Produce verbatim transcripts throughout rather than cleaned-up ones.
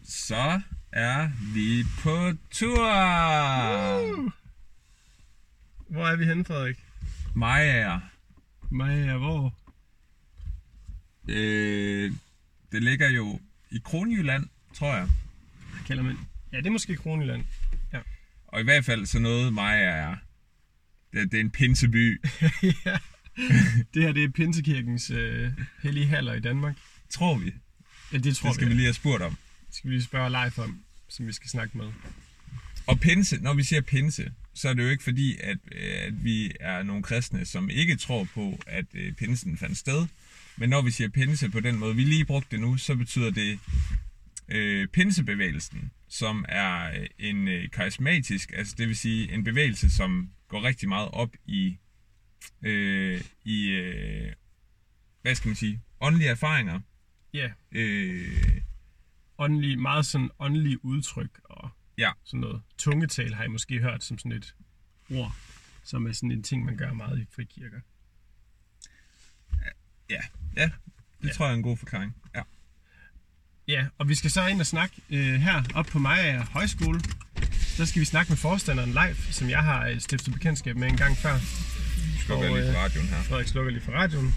Så er vi på tur! Uh! Hvor er vi henne, Frederik? Maja. Maja, hvor? Øh, det ligger jo i Kronjylland, tror jeg. Kalder man. Ja, det er måske Kronjylland. Ja. Og i hvert fald så noget Maja er. Det, det er en pinseby. Ja. Det her, det er Pinsekirkens øh, hellige haller i Danmark. Tror vi. Ja, det tror det skal vi, vi lige have spurgt om. Det skal vi lige spørge live om, som vi skal snakke med. Og pinse, når vi siger pinse, så er det jo ikke fordi, at, at vi er nogle kristne, som ikke tror på, at øh, pinsen fandt sted. Men når vi siger pinse på den måde, vi lige brugte det nu, så betyder det øh, pinsebevægelsen, som er en øh, karismatisk, altså det vil sige en bevægelse, som går rigtig meget op i, øh, i øh, hvad skal man sige, åndelige erfaringer. Ja. Øh, Åndelige, meget sådan åndelige udtryk og ja. Sådan noget. Tungetal har I måske hørt som sådan et ord, som er sådan en ting, man gør meget i frikirker. Ja, ja, det ja. tror jeg er en god forklaring. Ja. Ja, og vi skal så ind og snakke øh, her op på Maja Højskole. Der skal vi snakke med forstanderen live, som jeg har stiftet bekendtskab med en gang før. Du slukker lige for radioen her. Frederik slukker lige for radioen.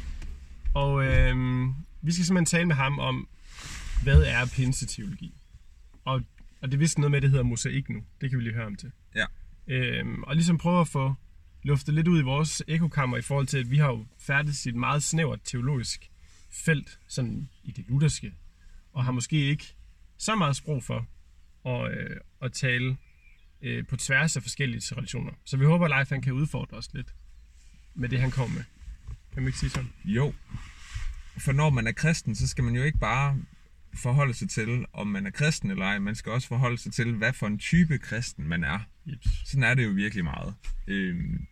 Og øh, vi skal simpelthen tale med ham om, hvad er pinseteologi? Og, og det er vist noget med, det hedder mosaik nu. Det kan vi lige høre om til. Ja. Øhm, og ligesom prøve at få luftet lidt ud i vores ekokammer i forhold til, at vi har jo færdigt i et meget snævert teologisk felt, sådan i det lutherske, og har måske ikke så meget sprog for at, øh, at tale øh, på tværs af forskellige traditioner. Så vi håber, at Leif han kan udfordre os lidt med det, han kommer med. Kan man ikke sige sådan? Jo. For når man er kristen, så skal man jo ikke bare forholde sig til, om man er kristen eller ej. Man skal også forholde sig til, hvad for en type kristen man er. Yep. Sådan er det jo virkelig meget. Øhm,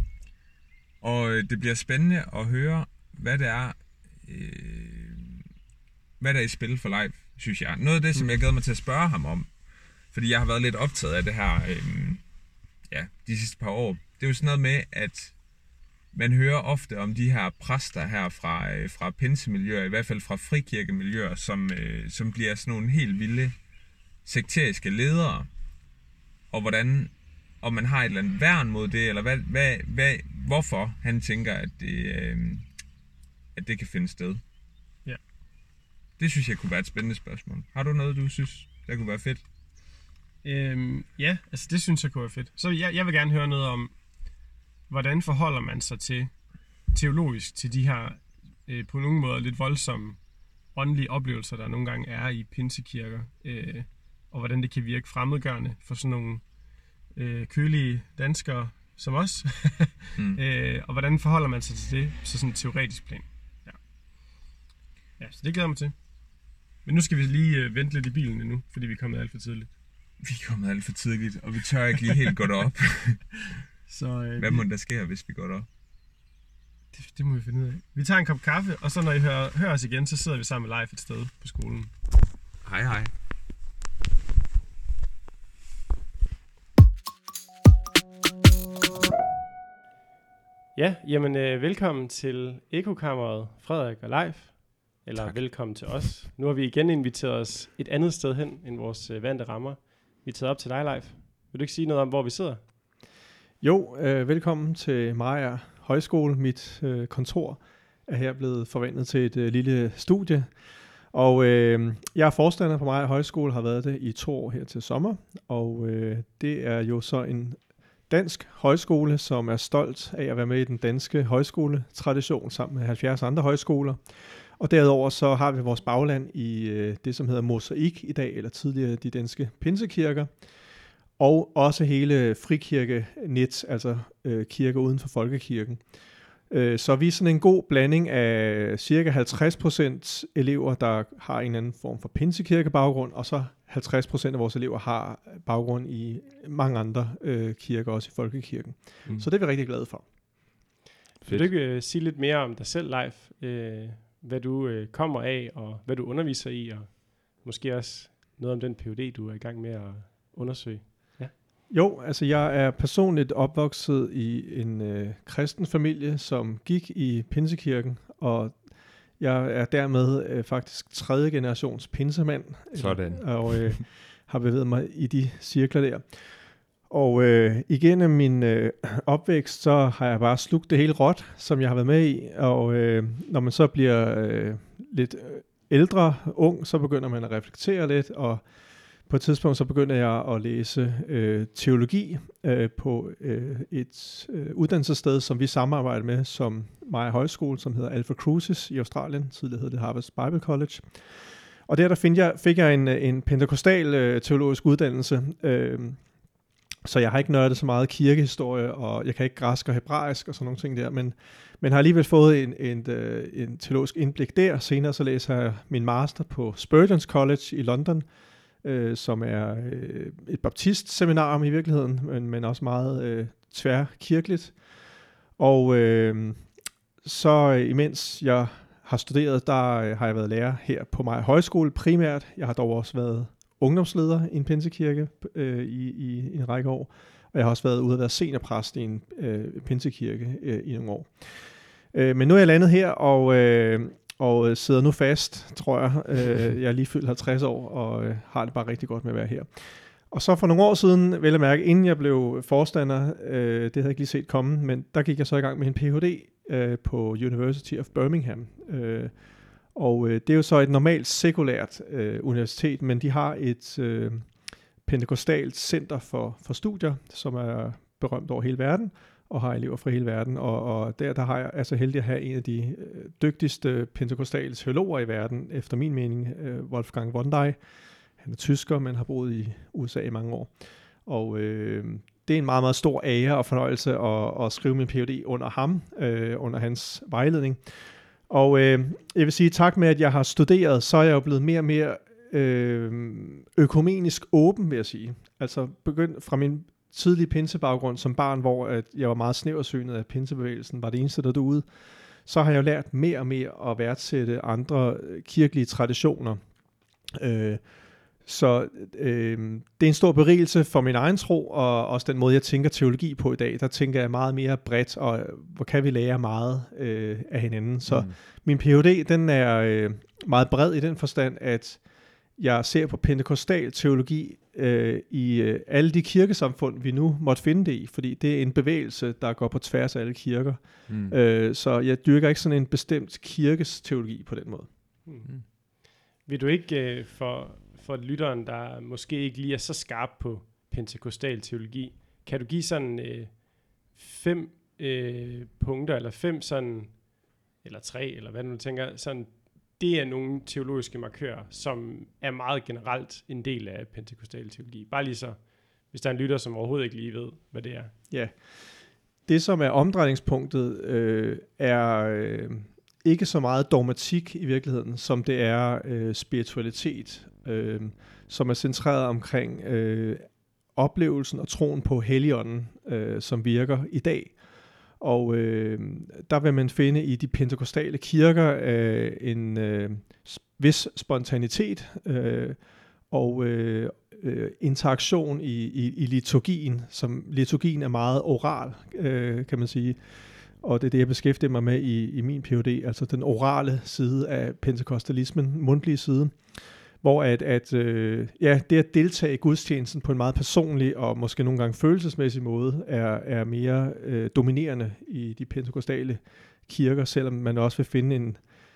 og det bliver spændende at høre, hvad det er, øh, hvad der er i spil for Leif, synes jeg. Noget af det, som jeg glæder mig til at spørge ham om, fordi jeg har været lidt optaget af det her øh, ja, de sidste par år. Det er jo sådan noget med, at man hører ofte om de her præster her fra, øh, fra pinsemiljøer, i hvert fald fra frikirkemiljøer, som, øh, som bliver sådan nogle helt vilde sekteriske ledere. Og hvordan, om man har et eller andet værn mod det, eller hvad, hvad, hvad, hvorfor han tænker, at det, øh, at det kan finde sted. Ja. Det synes jeg kunne være et spændende spørgsmål. Har du noget, du synes, der kunne være fedt? Øhm, ja, altså det synes jeg kunne være fedt. Så jeg, jeg vil gerne høre noget om, hvordan forholder man sig til teologisk til de her øh, på nogle måder lidt voldsomme åndelige oplevelser, der nogle gange er i pinsekirker, øh, og hvordan det kan virke fremmedgørende for sådan nogle øh, kølige danskere som os, mm. øh, og hvordan forholder man sig til det så sådan en teoretisk plan. Ja. ja, så det glæder jeg mig til. Men nu skal vi lige øh, vente lidt i bilen endnu, fordi vi er kommet alt for tidligt. Vi er kommet alt for tidligt, og vi tør ikke lige helt gå derop. Så, øh, Hvad må der sker, hvis vi går derop? Det, det må vi finde ud af. Vi tager en kop kaffe, og så når I hører, hører os igen, så sidder vi sammen med Leif et sted på skolen. Hej hej. Ja, jamen øh, velkommen til Ekokammeret, Frederik og Leif. Eller tak. Velkommen til os. Nu har vi igen inviteret os et andet sted hen end vores øh, vante rammer. Vi er taget op til dig, Leif. Vil du ikke sige noget om, hvor vi sidder? Jo, øh, velkommen til Maja Højskole. Mit øh, kontor er her blevet forvandlet til et øh, lille studie. Og øh, jeg er forstander på Maja Højskole, har været det i to år her til sommer. Og øh, det er jo så en dansk højskole, som er stolt af at være med i den danske højskoletradition sammen med halvfjerds andre højskoler. Og derudover så har vi vores bagland i øh, det, som hedder mosaik i dag, eller tidligere de danske pinsekirker. Og også hele frikirkenet, altså øh, kirker uden for folkekirken. Øh, så vi er sådan en god blanding af cirka halvtreds procent elever, der har en eller anden form for pinsekirkebaggrund, og så halvtreds procent af vores elever har baggrund i mange andre øh, kirker, også i folkekirken. Mm. Så det er vi rigtig glade for. Vil du ikke øh, sige lidt mere om dig selv, Leif? Øh, hvad du øh, kommer af, og hvad du underviser i, og måske også noget om den P H D, du er i gang med at undersøge? Jo, altså jeg er personligt opvokset i en øh, kristen familie, som gik i pinsekirken, og Jeg er dermed øh, faktisk tredje generations pinsemand. Sådan. Og øh, har bevæget mig i de cirkler der. Og øh, igennem min øh, opvækst, så har jeg bare slugt det hele råt, som jeg har været med i. Og øh, når man så bliver øh, lidt ældre, ung, så begynder man at reflektere lidt, og på et tidspunkt så begynder jeg at læse øh, teologi øh, på øh, et øh, uddannelsessted, som vi samarbejder med, som Mariager Højskole, som hedder Alpha Crucis i Australien. Tidligere hed det Harvard Bible College. Og der, der fik jeg, fik jeg en, en pentekostal øh, teologisk uddannelse, øh, så jeg har ikke nørdet så meget kirkehistorie, og jeg kan ikke græsk og hebraisk og sådan nogle ting der, men, men har alligevel fået en, en, en teologisk indblik der. Senere så læser jeg min master på Spurgeon's College i London, øh, som er øh, et baptistseminarium i virkeligheden, men, men også meget øh, tværkirkeligt. Og øh, så imens jeg har studeret, der øh, har jeg været lærer her på Mariager Højskole primært. Jeg har dog også været ungdomsleder i en pinsekirke øh, i, i, i en række år, og jeg har også været ude at være seniorpræst i en øh, pinsekirke øh, i nogle år. Øh, men nu er jeg landet her, og, øh, og sidder nu fast, tror jeg. Øh, jeg er lige fyldt halvtreds år, og øh, har det bare rigtig godt med at være her. Og så for nogle år siden, vel at mærke, inden jeg blev forstander, øh, det havde jeg ikke lige set komme, men der gik jeg så i gang med en P H D øh, på University of Birmingham. Øh, og øh, det er jo så et normalt sekulært øh, universitet, men de har et øh, pentekostalt center for, for studier, som er berømt over hele verden, og har elever fra hele verden. Og, og der, der har jeg altså heldig at have en af de øh, dygtigste pentekostale teologer i verden, efter min mening, øh, Wolfgang von Dij. Han er tysker, men har boet i U S A i mange år. Og øh, det er en meget, meget stor ære og fornøjelse at, at skrive min P H D under ham, øh, under hans vejledning. Og øh, jeg vil sige, tak med, at jeg har studeret, så er jeg jo blevet mere og mere øh, økumenisk åben, vil jeg sige. Altså begyndt fra min tidlige pinsebaggrund som barn, hvor at jeg var meget snæversynet af pinsebevægelsen, var det eneste, der derude. Så har jeg jo lært mere og mere at værdsætte andre kirkelige traditioner. Øh, Så øh, det er en stor berigelse for min egen tro, og også den måde, jeg tænker teologi på i dag. Der tænker jeg meget mere bredt, og hvor kan vi lære meget øh, af hinanden. Så mm. min P H D, den er øh, meget bred i den forstand, at jeg ser på pentekostal teologi øh, i øh, alle de kirkesamfund, vi nu måtte finde det i, fordi det er en bevægelse, der går på tværs af alle kirker. Mm. Øh, så jeg dyrker ikke sådan en bestemt kirkes teologi på den måde. Mm. Vil du ikke øh, for... for lytteren, der måske ikke lige er så skarp på pentekostal teologi, kan du give sådan øh, fem øh, punkter, eller fem sådan, eller tre, eller hvad du tænker, sådan, det er nogle teologiske markører, som er meget generelt en del af pentekostal teologi. Bare lige så, hvis der er en lytter, som overhovedet ikke lige ved, hvad det er. Ja, det som er omdrejningspunktet, øh, er øh, ikke så meget dogmatik i virkeligheden, som det er øh, spiritualitet, Øh, som er centreret omkring øh, oplevelsen og troen på Helligånden, øh, som virker i dag. Og øh, der vil man finde i de pentekostale kirker øh, en øh, vis spontanitet øh, og øh, øh, interaktion i, i, i liturgien, som liturgien er meget oral, øh, kan man sige. Og det er det, jeg beskæftiger mig med i, i min P H D, altså den orale side af pentekostalismen, mundtlige side. Hvor at, at øh, ja, det at deltage i gudstjenesten på en meget personlig og måske nogle gange følelsesmæssig måde, er, er mere øh, dominerende i de pentekostale kirker, selvom man også vil finde en,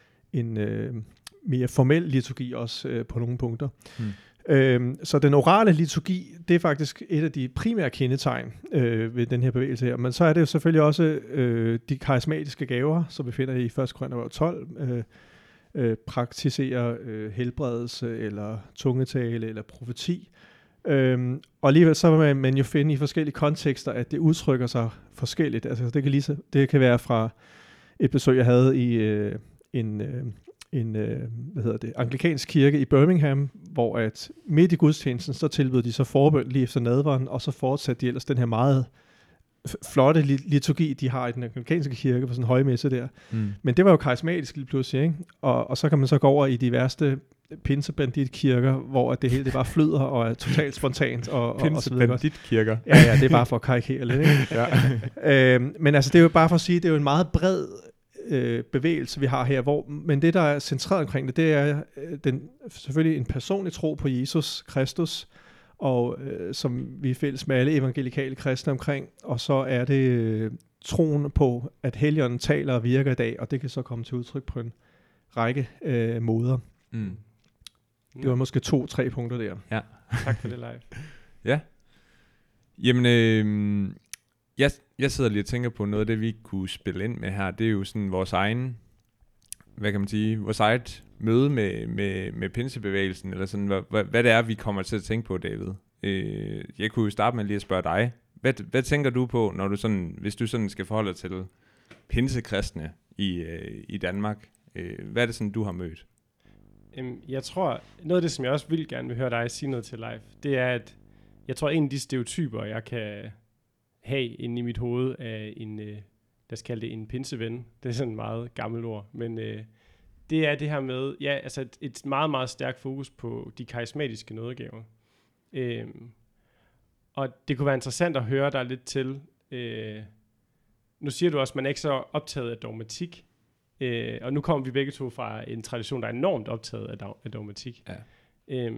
en øh, mere formel liturgi også øh, på nogle punkter. Hmm. Øhm, så den orale liturgi, det er faktisk et af de primære kendetegn øh, ved den her bevægelse her. Men så er det jo selvfølgelig også øh, de karismatiske gaver, som vi finder i første Korintherbrev tolv, øh, Øh, praktiserer øh, helbredelse eller tungetale eller profeti. Øhm, og alligevel så vil man jo finde i forskellige kontekster, at det udtrykker sig forskelligt. Altså det kan, lige så, det kan være fra et besøg, jeg havde i øh, en, øh, en øh, hvad hedder det, anglikansk kirke i Birmingham, hvor at midt i gudstjenesten, så tilbød de så forbøn lige efter nadveren, og så fortsatte de ellers den her meget flotte liturgi, de har i den anglikanske kirke på sådan en højmesse der. Mm. Men det var jo karismatisk lige pludselig, ikke? Og, og så kan man så gå over i de værste pinsebandit-kirker, hvor det hele det bare flyder og er totalt spontant. Og, Pinsebandit-kirker. Ja, ja, det er bare for at karikere lidt, ikke? Ja. øhm, men altså, det er jo bare for at sige, det er jo en meget bred øh, bevægelse, vi har her, hvor, men det, der er centreret omkring det, det er øh, den, selvfølgelig en personlig tro på Jesus Kristus, og øh, som vi er fælles med alle evangelikale kristne omkring, og så er det øh, troen på, at Helligånden taler og virker i dag, og det kan så komme til udtryk på en række øh, måder. Mm. Det var måske to-tre punkter der. Ja. Tak for det, Leif. Ja. Jamen, øh, jeg, jeg sidder lige og tænker på noget af det, vi kunne spille ind med her. Det er jo sådan vores egen, hvad kan man sige, vores eget møde med, med, med pinsebevægelsen, eller sådan, hvad, hvad, hvad det er, vi kommer til at tænke på, David. Øh, jeg kunne jo starte med lige at spørge dig. Hvad, hvad tænker du på, når du sådan, hvis du sådan skal forholde dig til pinsekristne i, øh, i Danmark? Øh, hvad er det sådan, du har mødt? Jeg tror, noget af det, som jeg også vil gerne vil høre dig sige noget til, Leif, det er, at jeg tror, en af de stereotyper, jeg kan have inde i mit hoved af en, øh, lad os kalde det en pinseven, det er sådan en meget gammel ord, men øh, det er det her med, ja, altså et, et meget, meget stærkt fokus på de karismatiske nådegaver. Øh, og det kunne være interessant at høre dig lidt til, øh, nu siger du også, at man er ikke så optaget af dogmatik, øh, og nu kommer vi begge to fra en tradition, der er enormt optaget af, dog, af dogmatik. Ja. Øh,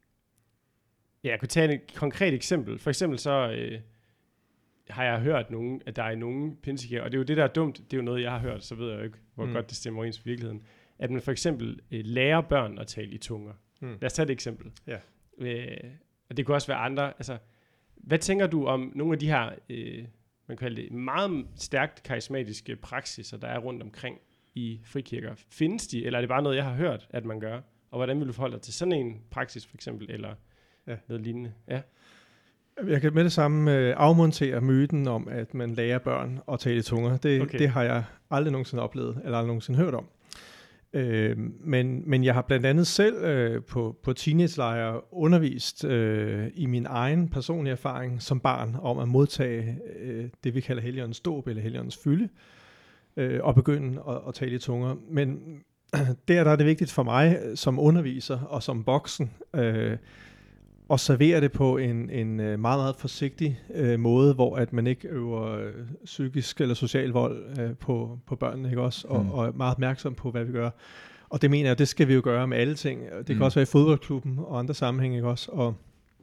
Ja, jeg kunne tage et konkret eksempel. For eksempel så øh, har jeg hørt nogen, at der er nogen pinsekirker, og det er jo det, der er dumt, det er jo noget, jeg har hørt, så ved jeg jo ikke, hvor mm. godt det stemmer overens med virkeligheden, at man for eksempel øh, lærer børn at tale i tunger. Mm. Lad os tage et eksempel. Ja. Øh, og det kunne også være andre. Altså, hvad tænker du om nogle af de her, øh, man kan kalde det, meget stærkt karismatiske praksiser, der er rundt omkring i frikirker? Findes de, eller er det bare noget, jeg har hørt, at man gør? Og hvordan vil du forholde dig til sådan en praksis, for eksempel, eller ja. noget lignende? Ja. Jeg kan med det samme øh, afmontere myten om, at man lærer børn at tale i tunger. Det, okay. det har jeg aldrig nogensinde oplevet, eller aldrig nogensinde hørt om. Øh, men, men jeg har blandt andet selv øh, på, på teenagelejre undervist øh, i min egen personlige erfaring som barn om at modtage øh, det, vi kalder Helligåndens dåb, eller Helligåndens fylde, øh, og begynde at, at tale i tunger. Men der, der er det vigtigt for mig som underviser og som voksen, øh, og servere det på en, en meget, meget forsigtig øh, måde, hvor at man ikke øver øh, psykisk eller social vold øh, på, på børnene, ikke også? Og, mm. og er meget opmærksom på, hvad vi gør. Og det mener jeg, det skal vi jo gøre med alle ting. Det kan mm. også være i fodboldklubben og andre sammenhænge, ikke også? Og,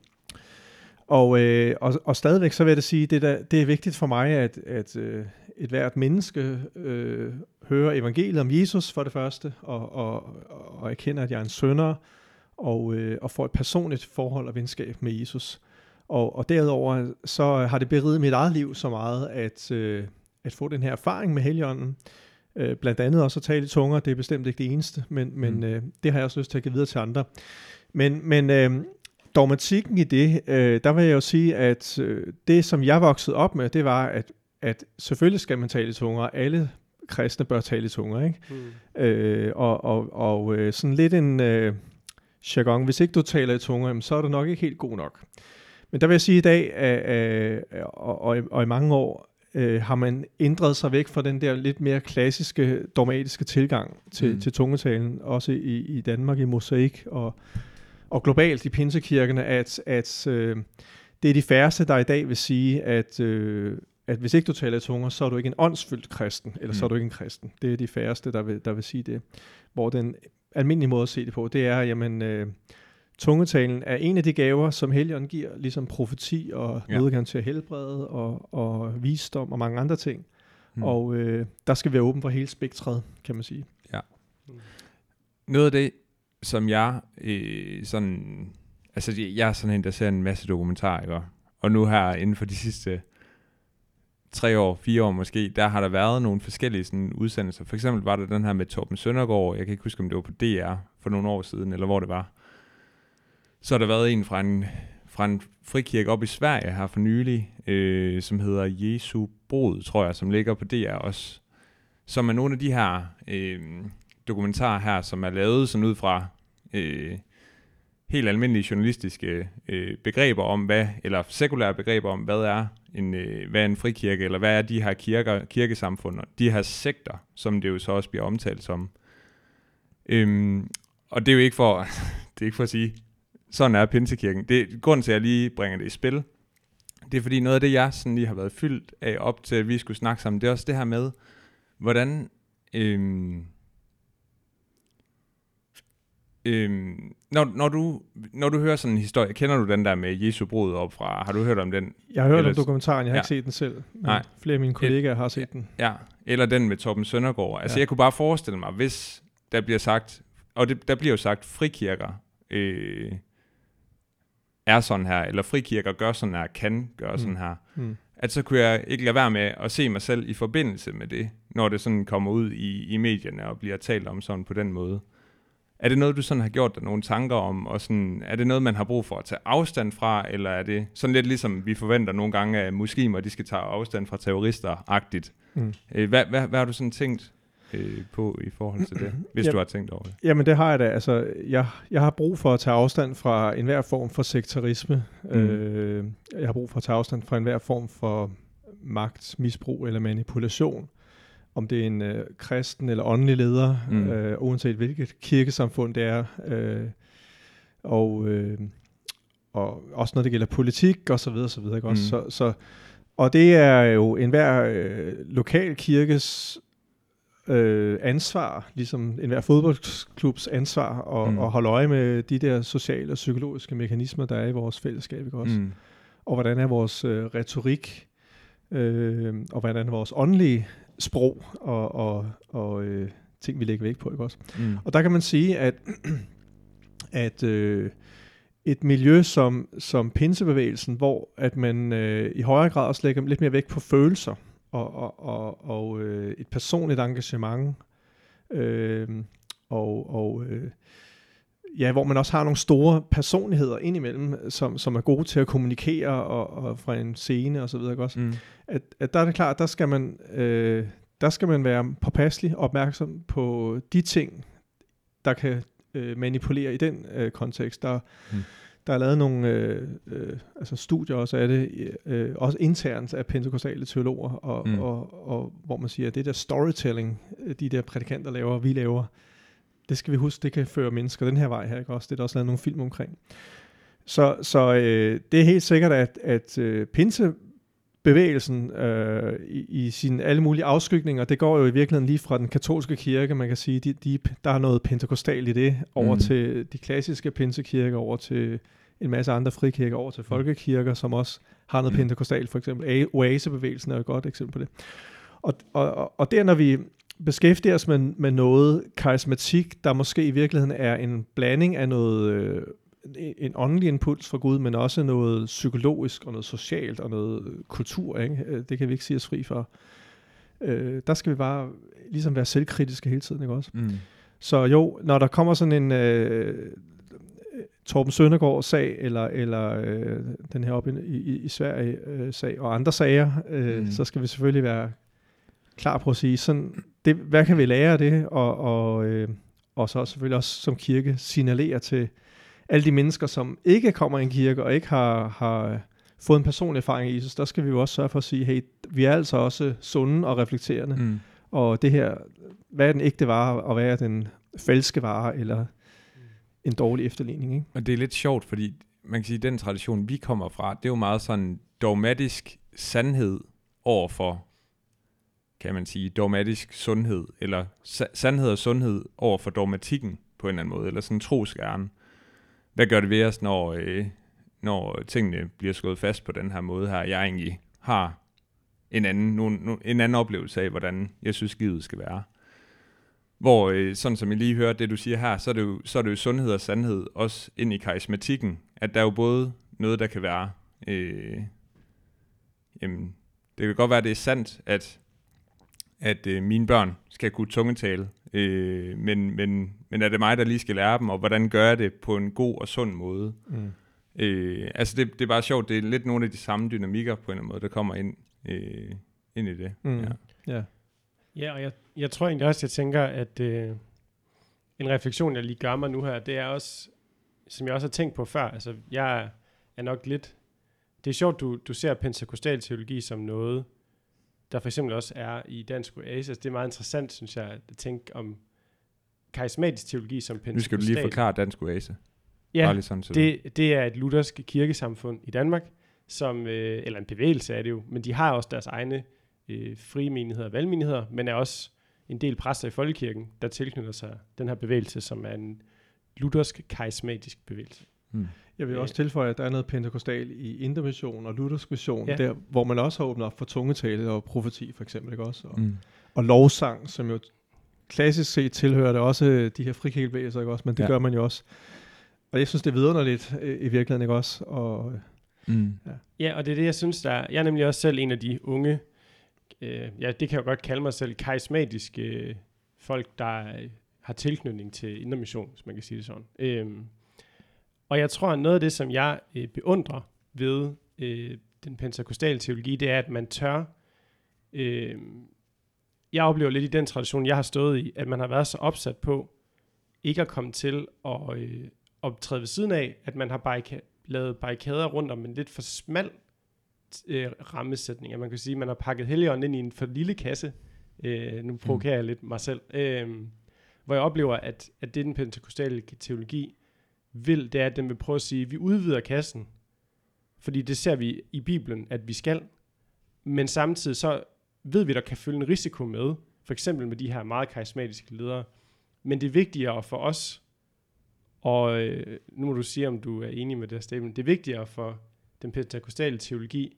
og, øh, og, og stadigvæk så vil jeg da sige, det, der, det er vigtigt for mig, at, at øh, et hvert menneske øh, hører evangeliet om Jesus for det første, og, og, og erkender, at jeg er en synder, og, øh, og får et personligt forhold og venskab med Jesus. Og, og derudover så har det beriget mit eget liv så meget, at, øh, at få den her erfaring med Helligånden, øh, blandt andet også at tale i tunger, det er bestemt ikke det eneste, men, men mm. øh, det har jeg også lyst til at give videre til andre. Men, men øh, dogmatikken i det, øh, der vil jeg jo sige, at øh, det som jeg voksede op med, det var, at, at selvfølgelig skal man tale i tunger, alle kristne bør tale i tunger, ikke? Mm. Øh, og og, og øh, sådan lidt en... Øh, jargon. Hvis ikke du taler i tunger, så er du nok ikke helt god nok. Men der vil jeg sige i dag, at, og, og, og i mange år, øh, har man ændret sig væk fra den der lidt mere klassiske, dogmatiske tilgang til, mm. til tungetalen, også i, i Danmark, i Mosaik og, og globalt i pinsekirkerne, at, at øh, det er de færreste, der i dag vil sige, at, øh, at hvis ikke du taler i tunger, så er du ikke en åndsfyldt kristen, eller mm. så er du ikke en kristen. Det er de færreste, der vil, der vil sige det. Hvor den almindelig måde at se det på, det er, jamen, øh, tungetalen er en af de gaver, som Helligånden giver, ligesom profeti og ja. Nådegave til at helbrede og, og visdom og mange andre ting. Hmm. Og øh, der skal vi være åben for hele spektret, kan man sige. Ja. Noget af det, som jeg øh, sådan, altså jeg er sådan en, der ser en masse dokumentarer, ikke? Og nu her inden for de sidste tre år, fire år måske, der har der været nogle forskellige sådan, udsendelser. For eksempel var der den her med Torben Søndergaard, jeg kan ikke huske, om det var på D R for nogle år siden, eller hvor det var. Så har der været en fra en, fra en frikirke op i Sverige her for nylig, øh, som hedder Jesu Brud, tror jeg, som ligger på D R også. Som er nogle af de her øh, dokumentarer her, som er lavet sådan ud fra øh, helt almindelige journalistiske øh, begreber om, hvad, eller sekulære begreber om, hvad er en, øh, hvad er en frikirke, eller hvad er de her kirker, kirkesamfund, de her sekter, som det jo så også bliver omtalt som. Øhm, og det er jo ikke for, det er ikke for at sige, sådan er pinsekirken. Det, grunden til, at jeg lige bringer det i spil, det er fordi noget af det, jeg sådan lige har været fyldt af op til, at vi skulle snakke sammen, det er også det her med, hvordan Øhm, øhm, når, når, du, når du hører sådan en historie, kender du den der med Jesu brud op fra? Har du hørt om den? Jeg har hørt Ellers, om dokumentaren, jeg har ja. ikke set den selv. Men Nej. Flere af mine kollegaer har set den. Ja, eller den med Torben Søndergaard. Altså Ja. jeg kunne bare forestille mig, hvis der bliver sagt, og det, der bliver jo sagt, frikirker øh, er sådan her, eller frikirker gør sådan her, kan gøre mm. sådan her, Mm. at så kunne jeg ikke lade være med at se mig selv i forbindelse med det, når det sådan kommer ud i, i medierne og bliver talt om sådan på den måde. Er det noget, du sådan har gjort dig nogle tanker om, og sådan, er det noget, man har brug for at tage afstand fra, eller er det sådan lidt ligesom vi forventer nogle gange, at muslimer de skal tage afstand fra terrorister-agtigt? Mm. Hvad, hvad, hvad har du sådan tænkt øh, på i forhold til det, hvis ja, du har tænkt over det? Jamen det har jeg da. Altså, jeg, jeg har brug for at tage afstand fra enhver form for sekterisme. Mm. Øh, jeg har brug for at tage afstand fra enhver form for magt, misbrug eller manipulation. Om det er en øh, kristen eller åndelig leder, mm. øh, uanset hvilket kirkesamfund det er. Øh, og, øh, og også når det gælder politik og så videre, så videre. Ikke? Mm. Også, så, så, og det er jo enhver øh, lokal kirkes øh, ansvar, ligesom enhver fodboldklubs ansvar, at, mm. at holde øje med de der sociale og psykologiske mekanismer, der er i vores fællesskab. Ikke? Også? Mm. Og hvordan er vores øh, retorik, øh, og hvordan er vores åndelige sprog og, og, og øh, ting, vi lægger vægt på. Ikke også? Mm. Og der kan man sige, at, at øh, et miljø som, som pinsebevægelsen, hvor at man øh, i højere grad også lægger lidt mere vægt på følelser og, og, og, og øh, et personligt engagement, øh, og, og øh, ja, hvor man også har nogle store personligheder indimellem, som, som er gode til at kommunikere og, og fra en scene og så videre. Også. Mm. At, at der er det klart, der skal man øh, der skal man være påpasselig og opmærksom på de ting, der kan øh, manipulere i den øh, kontekst. Der, mm. der er lavet nogle øh, øh, altså studier også af det, øh, også internt af pentekostale teologer, og, mm. og, og, og hvor man siger, at det der storytelling, de der prædikanter laver, vi laver, det skal vi huske, det kan føre mennesker den her vej her, ikke også? Det er der også lavet nogle film omkring. Så, så øh, det er helt sikkert, at, at øh, pinsebevægelsen øh, i, i sine alle mulige afskygninger, det går jo i virkeligheden lige fra den katolske kirke, man kan sige, de, de, der er noget pentekostal i det, over mm. til de klassiske pinsekirker, over til en masse andre frikirker, over til folkekirker, som også har noget mm. pentekostal, for eksempel Oasebevægelsen er jo et godt eksempel på det. Og, og, og der, når vi beskæftiger os med, med noget karismatik, der måske i virkeligheden er en blanding af noget, øh, en åndelig impuls fra Gud, men også noget psykologisk og noget socialt og noget kultur, ikke? Det kan vi ikke sige os fri for. Øh, der skal vi bare ligesom være selvkritiske hele tiden, ikke også? Mm. Så jo, når der kommer sådan en øh, Torben Søndergaard-sag, eller, eller øh, den her oppe i, i, i Sverige-sag, øh, og andre sager, øh, mm. så skal vi selvfølgelig være klar på at sige, sådan, det, hvad kan vi lære af det, og, og, øh, og så selvfølgelig også som kirke signalere til alle de mennesker, som ikke kommer i en kirke, og ikke har, har fået en personlig erfaring i Jesus, der skal vi jo også sørge for at sige, hey, vi er altså også sunde og reflekterende, mm. og det her, hvad er den ægte vare, og hvad er den falske vare, eller en dårlig efterligning, ikke? Og det er lidt sjovt, fordi man kan sige, at den tradition, vi kommer fra, det er jo meget sådan dogmatisk sandhed overfor, kan man sige, dogmatisk sundhed, eller sa- sandhed og sundhed over for dogmatikken på en eller anden måde, eller sådan en troskærne. Hvad gør det ved os, når, øh, når tingene bliver slået fast på den her måde her? Jeg egentlig har en anden, nogen, en anden oplevelse af, hvordan jeg synes, livet skal være. Hvor, øh, sådan som jeg lige hørte det, du siger her, så er, det jo, så er det jo sundhed og sandhed, også ind i karismatikken, at der er jo både noget, der kan være, øh, jamen, det kan godt være, at det er sandt, at at øh, mine børn skal kunne tungetale, øh, men, men, men er det mig, der lige skal lære dem, og hvordan gør jeg det på en god og sund måde? Mm. Øh, altså det, det er bare sjovt, det er lidt nogle af de samme dynamikker på en eller anden måde, der kommer ind, øh, ind i det. Mm. Ja. Ja. Ja, og jeg, jeg tror egentlig også, jeg tænker, at øh, en refleksion, jeg lige gør mig nu her, det er også, som jeg også har tænkt på før, altså jeg er nok lidt, det er sjovt, du, du ser pentekostal teologi som noget, der for eksempel også er i dansk oase. Det er meget interessant, synes jeg, at tænke om karismatisk teologi som pentekostal. Nu skal du lige forklare dansk oase. Ja, sådan, det, det er et luthersk kirkesamfund i Danmark, som, øh, eller en bevægelse er det jo, men de har også deres egne øh, frie menigheder og valgmenigheder, men er også en del præster i folkekirken, der tilknytter sig den her bevægelse, som er en luthersk karismatisk bevægelse. Mm. Jeg vil også tilføje, at der er noget pentekostal i Indre Mission og luthersk mission, Ja. der, hvor man også har åbnet op for tungetale og profeti for eksempel, ikke også? Og, Mm. og lovsang, som jo klassisk set tilhører det også de her frikirkebevægelser, ikke også? Men det Ja. gør man jo også. Og jeg synes, det er vidunderligt øh, i virkeligheden, ikke også? Og, Mm. Ja, og det er det, jeg synes, der er. Jeg er nemlig også selv en af de unge, øh, ja, det kan jeg godt kalde mig selv, karismatiske øh, folk, der øh, har tilknytning til Indre Mission, hvis man kan sige det sådan. Øhm, og jeg tror, at noget af det, som jeg øh, beundrer ved øh, den pentekostale teologi, det er, at man tør. Øh, jeg oplever lidt i den tradition, jeg har stået i, at man har været så opsat på ikke at komme til at øh, optræde ved siden af, at man har barrika- lavet barrikader rundt om en lidt for smal øh, rammesætning. At man kan sige, at man har pakket Helligånden ind i en for lille kasse. Øh, nu provokerer jeg lidt mig selv. Øh, hvor jeg oplever, at, at det den pentekostale teologi vil, det er, at den vil prøve at sige, at vi udvider kassen, fordi det ser vi i Bibelen, at vi skal. Men samtidig så ved vi, der kan følge en risiko med, for eksempel med de her meget karismatiske ledere. Men det er vigtigere for os, og øh, nu må du sige, om du er enig med det her statement, det er vigtigere for den pentekostale teologi,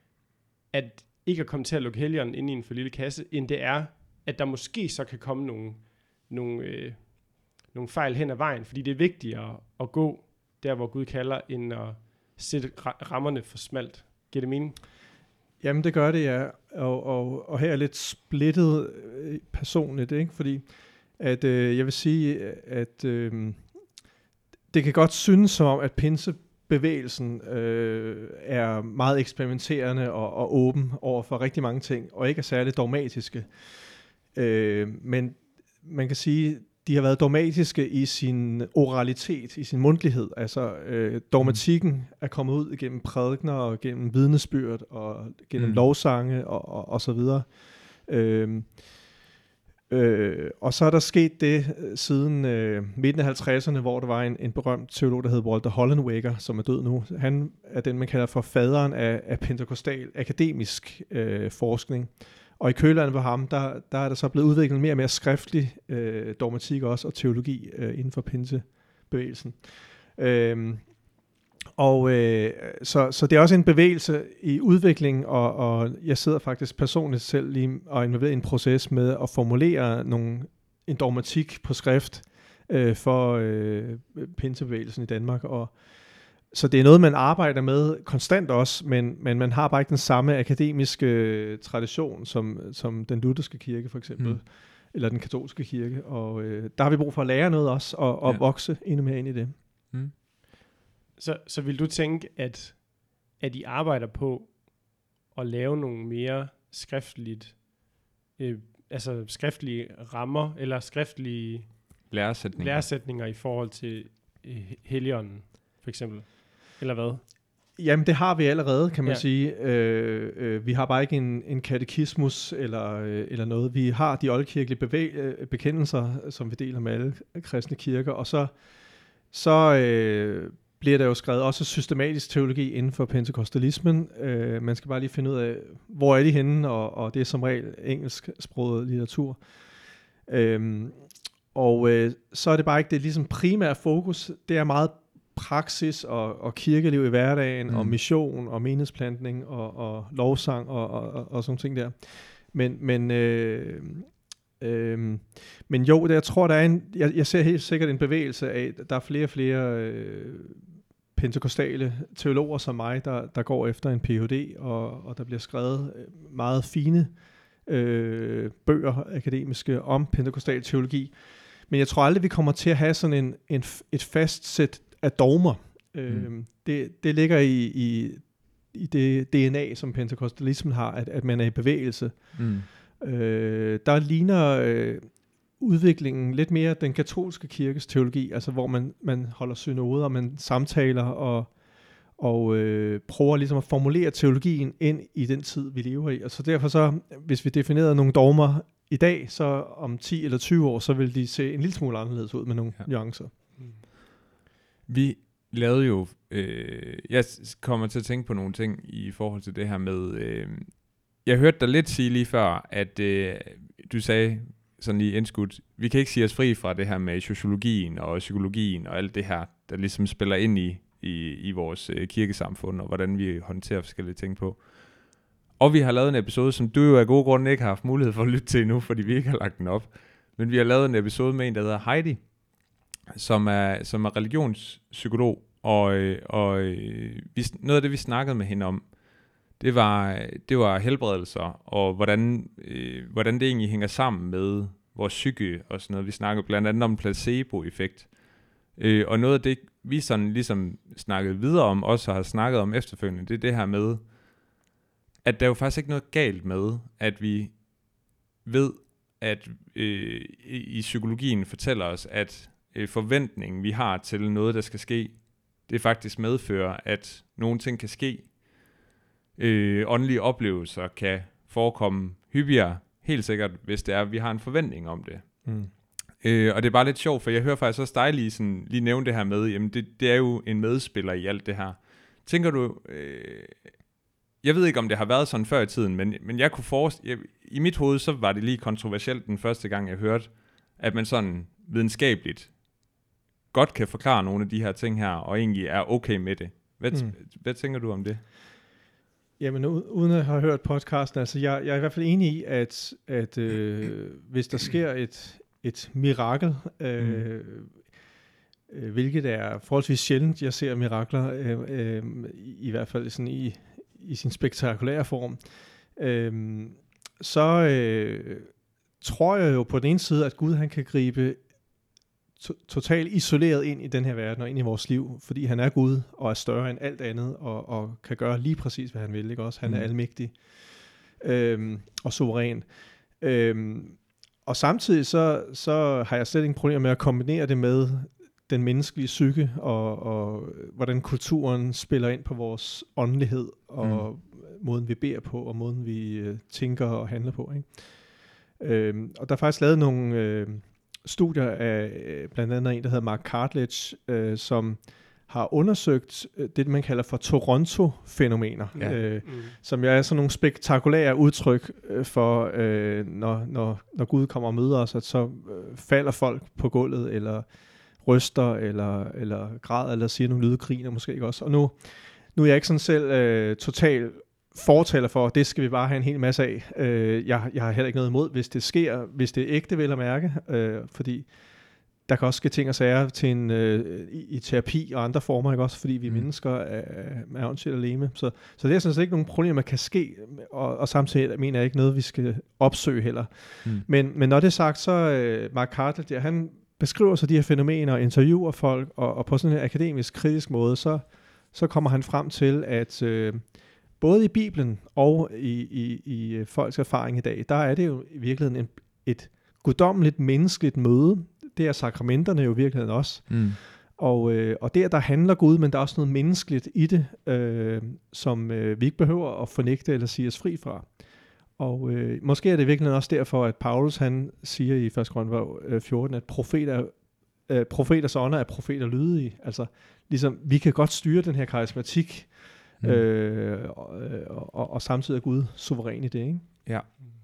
at ikke at komme til at lukke Helligånden ind i en for lille kasse, end det er, at der måske så kan komme nogle, nogle, øh, nogle fejl hen ad vejen, fordi det er vigtigere at gå der, hvor Gud kalder, end at sætte rammerne for smalt. Giver det mening? Jamen, det gør det, ja. Og, og, og her er lidt splittet øh, personligt, ikke? Fordi at, øh, jeg vil sige, at øh, det kan godt synes som om, at pinsebevægelsen øh, er meget eksperimenterende og, og åben over for rigtig mange ting, og ikke er særlig dogmatiske. Øh, men man kan sige, de har været dogmatiske i sin oralitet, i sin mundtlighed. Altså øh, dogmatikken er kommet ud igennem prædikener og gennem vidnesbyrd og gennem mm. lovsange og, og, og så videre. Øh, øh, og så er der sket det siden øh, midten af halvtredserne, hvor der var en, en berømt teolog, der hed Walter Hollenweger, som er død nu. Han er den, man kalder for faderen af, af pentekostal akademisk øh, forskning. Og i kølvandet på ham, der, der er der så blevet udviklet mere og mere skriftlig øh, dogmatik også, og teologi øh, inden for pinsebevægelsen. Øhm, og øh, så, så det er også en bevægelse i udvikling, og, og jeg sidder faktisk personligt selv lige og er involveret i en proces med at formulere nogle, en dogmatik på skrift øh, for øh, pinsebevægelsen i Danmark, og så det er noget, man arbejder med konstant også, men, men man har bare ikke den samme akademiske tradition, som, som den lutherske kirke for eksempel, mm. eller den katolske kirke. Og øh, der har vi brug for at lære noget også, og, og ja. vokse endnu mere ind i det. Mm. Så, så vil du tænke, at, at I arbejder på at lave nogle mere skriftligt, øh, altså skriftlige rammer, eller skriftlige læresætninger, læresætninger i forhold til øh, Helligånden, for eksempel? Eller hvad? Jamen, det har vi allerede, kan man ja. sige. Øh, øh, vi har bare ikke en, en katekismus eller, øh, eller noget. Vi har de oldkirkelige bevæg- øh, bekendelser, som vi deler med alle kristne kirker, og så, så øh, bliver der jo skrevet også systematisk teologi inden for pentekostalismen. Øh, man skal bare lige finde ud af, hvor er de henne, og, og det er som regel engelsksproget litteratur. Øh, og øh, så er det bare ikke det ligesom primære fokus. Det er meget praksis og, og kirkeliv i hverdagen, mm. og mission og menighedsplantning og, og lovsang og, og, og, og sådan ting der. Men, men, øh, øh, men jo, det, jeg tror, der er en, jeg, jeg ser helt sikkert en bevægelse af, der er flere og flere øh, pentekostale teologer som mig, der, der går efter en P H D, og, og der bliver skrevet meget fine øh, bøger, akademiske, om pentekostal teologi. Men jeg tror aldrig, vi kommer til at have sådan en, en, et fast sæt af dogmer. Mm. Øh, det, det ligger i, i, i det D N A, som pentekostalismen har, at, at man er i bevægelse. Mm. Øh, der ligner øh, udviklingen lidt mere den katolske kirkes teologi, altså hvor man, man holder synoder, man samtaler og, og øh, prøver ligesom at formulere teologien ind i den tid, vi lever i. Og så derfor så, hvis vi definerede nogle dogmer i dag, så om ti eller tyve år, så vil de se en lille smule anderledes ud med nogle ja. nuancer. Mm. Vi lavede jo, øh, jeg kommer til at tænke på nogle ting i forhold til det her med, øh, jeg hørte dig lidt sige lige før, at øh, du sagde, sådan lige indskudt, vi kan ikke sige os fri fra det her med sociologien og psykologien og alt det her, der ligesom spiller ind i, i, i vores øh, kirkesamfund, og hvordan vi håndterer forskellige ting på. Og vi har lavet en episode, som du jo af gode grunde ikke har haft mulighed for at lytte til endnu, fordi vi ikke har lagt den op. Men vi har lavet en episode med en, der hedder Heidi, som er, som er religionspsykolog, og, og vi, noget af det, vi snakkede med hende om, det var, det var helbredelser, og hvordan, øh, hvordan det egentlig hænger sammen med vores psyke og sådan noget. Vi snakkede blandt andet om placebo-effekt. Øh, og noget af det, vi sådan ligesom snakkede videre om, også har snakket om efterfølgende, det er det her med, at der er jo faktisk ikke noget galt med, at vi ved, at øh, i psykologien fortæller os, at øh, forventningen, vi har til noget, der skal ske, det faktisk medfører, at nogle ting kan ske. Øh, åndelige oplevelser kan forekomme hyppigere, helt sikkert, hvis det er, at vi har en forventning om det. Mm. Øh, og det er bare lidt sjovt, for jeg hører faktisk også dig lige, sådan, lige nævne det her med, jamen det, det er jo en medspiller i alt det her. Tænker du, øh, jeg ved ikke, om det har været sådan før i tiden, men, men jeg kunne forestille, i mit hoved, så var det lige kontroversielt den første gang, jeg hørte, at man sådan videnskabeligt godt kan forklare nogle af de her ting her, og egentlig er okay med det. Hvad, mm. hvad tænker du om det? Jamen, uden at have hørt podcasten, altså jeg, jeg er i hvert fald enig i, at, at øh, hvis der sker et, et mirakel, øh, mm. øh, hvilket er forholdsvis sjældent, jeg ser mirakler, øh, øh, i, i hvert fald sådan i, i sin spektakulære form, øh, så øh, tror jeg jo på den ene side, at Gud han kan gribe to- totalt isoleret ind i den her verden og ind i vores liv, fordi han er Gud og er større end alt andet og, og kan gøre lige præcis, hvad han vil. Ikke? Også han mm. er almægtig øhm, og suveræn. Øhm, og samtidig så, så har jeg slet ingen problemer med at kombinere det med den menneskelige psyke og, og hvordan kulturen spiller ind på vores åndelighed og mm. måden vi beder på og måden vi øh, tænker og handler på. Ikke? Øhm, og der er faktisk lavet nogle øh, studier af øh, blandt andet en, der hedder Mark Cartledge, øh, som har undersøgt øh, det, man kalder for Toronto-fænomener, ja. øh, mm. som er sådan nogle spektakulære udtryk øh, for, øh, når, når, når Gud kommer og møder os, at så øh, falder folk på gulvet, eller ryster, eller, eller græder, eller siger nogle lyde, griner måske ikke også. Og nu, nu er jeg ikke sådan selv øh, total fortaler for, det skal vi bare have en hel masse af. Øh, jeg, jeg har heller ikke noget imod, hvis det sker, hvis det er ægte, vel at mærke, øh, fordi der kan også ske ting og sager til en, øh, i, i terapi og andre former, ikke også, fordi vi mm. mennesker er, er åndssvagt alene. Så, så det er sådan set ikke nogen problemer, der kan ske, og, og samtidig mener jeg ikke noget, vi skal opsøge heller. Mm. Men, men når det er sagt, så øh, Mark Cartledge, han beskriver så de her fænomener og interviewer folk, og, og på sådan en akademisk, kritisk måde, så, så kommer han frem til, at øh, både i Bibelen og i, i, i folks erfaring i dag, der er det jo i virkeligheden en, et guddommeligt menneskeligt møde. Det er sakramenterne jo i virkeligheden også. Mm. Og, øh, og der, der handler Gud, men der er også noget menneskeligt i det, øh, som øh, vi ikke behøver at fornægte eller sige os fri fra. Og øh, måske er det virkelig også derfor, at Paulus han siger i første Korintherbrev fjorten, at profeter, øh, profeters ånder er profeter lydige. Altså ligesom, vi kan godt styre den her karismatik, mm. øh, og, og, og samtidig er Gud suveræn i det, ikke? Ja.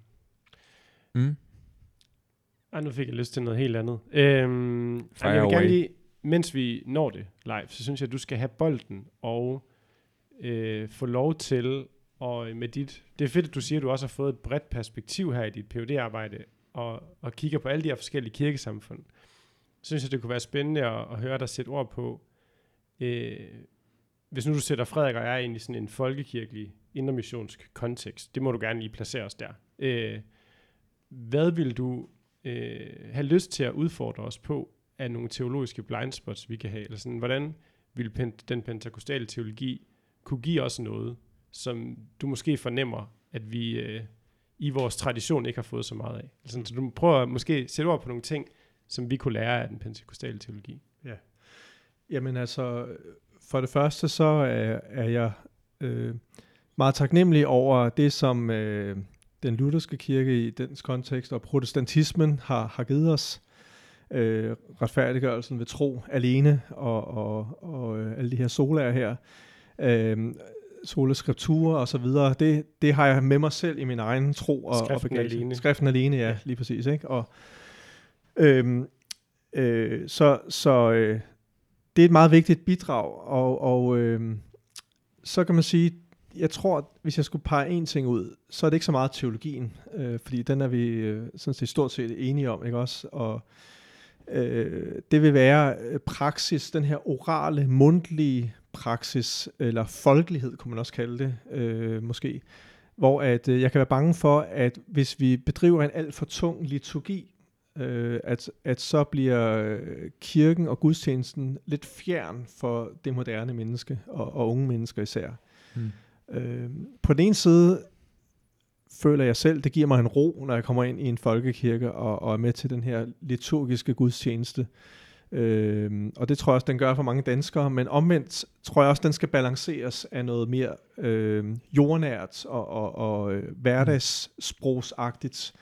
Mm. Ej, nu fik jeg lyst til noget helt andet. Øhm, jeg vil gerne lige, mens vi når det live, så synes jeg, at du skal have bolden og øh, få lov til, og med dit, det er fedt, at du siger, at du også har fået et bredt perspektiv her i dit P H D-arbejde, og, og kigger på alle de her forskellige kirkesamfund. Så synes jeg, det kunne være spændende at, at høre dig sætte ord på, øh, hvis nu du sætter Frederik og jeg ind i sådan en folkekirkelig, indremissionsk kontekst, det må du gerne lige placere os der. Øh, hvad vil du øh, have lyst til at udfordre os på af nogle teologiske blindspots, vi kan have? Eller sådan, hvordan vil pen- den pentakostale teologi kunne give os noget, som du måske fornemmer, at vi øh, i vores tradition ikke har fået så meget af? Altså, så du prøver at måske sætte ord på nogle ting, som vi kunne lære af den pentakostale teologi. Ja. Jamen altså, for det første så er, er jeg øh, meget taknemmelig over det, som øh, den lutherske kirke i dens kontekst og protestantismen har, har givet os. Øh, retfærdiggørelsen ved tro alene og, og, og øh, alle de her solaer her. Øh, sola scriptura og så videre, det, det har jeg med mig selv i min egen tro og, Skriften og bagage. alene. Skriften alene, ja, lige præcis. Ikke? Og, øhm, øh, så så øh, det er et meget vigtigt bidrag, og, og øh, så kan man sige, jeg tror, hvis jeg skulle pege en ting ud, så er det ikke så meget teologien, øh, fordi den er vi øh, sådan set stort set enige om, ikke også? Og øh, det vil være praksis, den her orale, mundtlige praksis, eller folkelighed, kunne man også kalde det, øh, måske, hvor at, øh, jeg kan være bange for, at hvis vi bedriver en alt for tung liturgi, øh, at, at så bliver kirken og gudstjenesten lidt fjern for det moderne menneske, og, og unge mennesker især. Mm. Øh, på den ene side føler jeg selv, det giver mig en ro, når jeg kommer ind i en folkekirke og, og er med til den her liturgiske gudstjeneste. Øh, og det tror jeg også, den gør for mange danskere, men omvendt tror jeg også, den skal balanceres af noget mere øh, jordnært og, og, og øh, hverdagssprogsagtigt.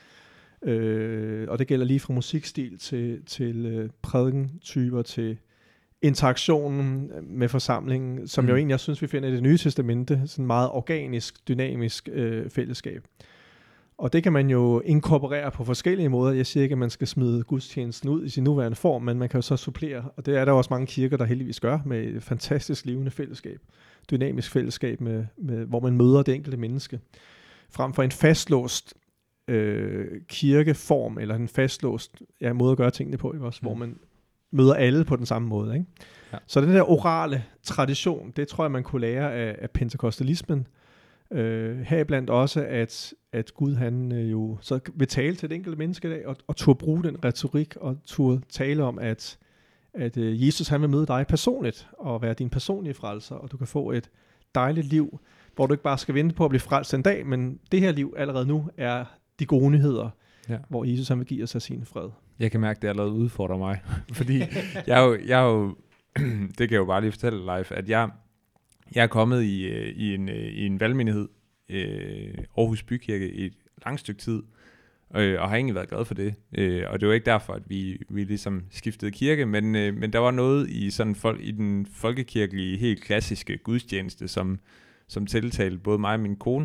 Øh, og det gælder lige fra musikstil til, til øh, prædikentyper, til interaktionen med forsamlingen, som mm. jo egentlig, jeg synes, vi finder i Det Nye Testamente, sådan meget organisk, dynamisk øh, fællesskab. Og det kan man jo inkorporere på forskellige måder. Jeg siger ikke, at man skal smide gudstjenesten ud i sin nuværende form, men man kan jo så supplere, og det er der også mange kirker, der heldigvis gør, med et fantastisk levende fællesskab, dynamisk fællesskab, med, med, hvor man møder det enkelte menneske, frem for en fastlåst øh, kirkeform, eller en fastlåst ja, måde at gøre tingene på, ikke også, mm. hvor man møder alle på den samme måde. Ikke? Ja. Så den der orale tradition, det tror jeg, man kunne lære af, af pentekostalismen. Øh, heriblandt også, at, at Gud han øh, jo så vil tale til det enkelte menneske i dag, og, og turde bruge den retorik, og turde tale om, at, at øh, Jesus han vil møde dig personligt, og være din personlige frelser, og du kan få et dejligt liv, hvor du ikke bare skal vente på at blive frelst en dag, men det her liv allerede nu er de gode nyheder, ja. Hvor Jesus han vil give os af sin fred. Jeg kan mærke, at det allerede udfordrer mig, fordi jeg er jo, jeg er jo det kan jeg jo bare lige fortælle live, at jeg, jeg er kommet i, i, en, i en valgmenighed, øh, Aarhus Bykirke, i et langt stykke tid, øh, og har egentlig været glad for det. Øh, og det var ikke derfor, at vi, vi ligesom skiftede kirke, men, øh, men der var noget i, sådan folk, i den folkekirkelige, helt klassiske gudstjeneste, som, som tiltalte både mig og min kone,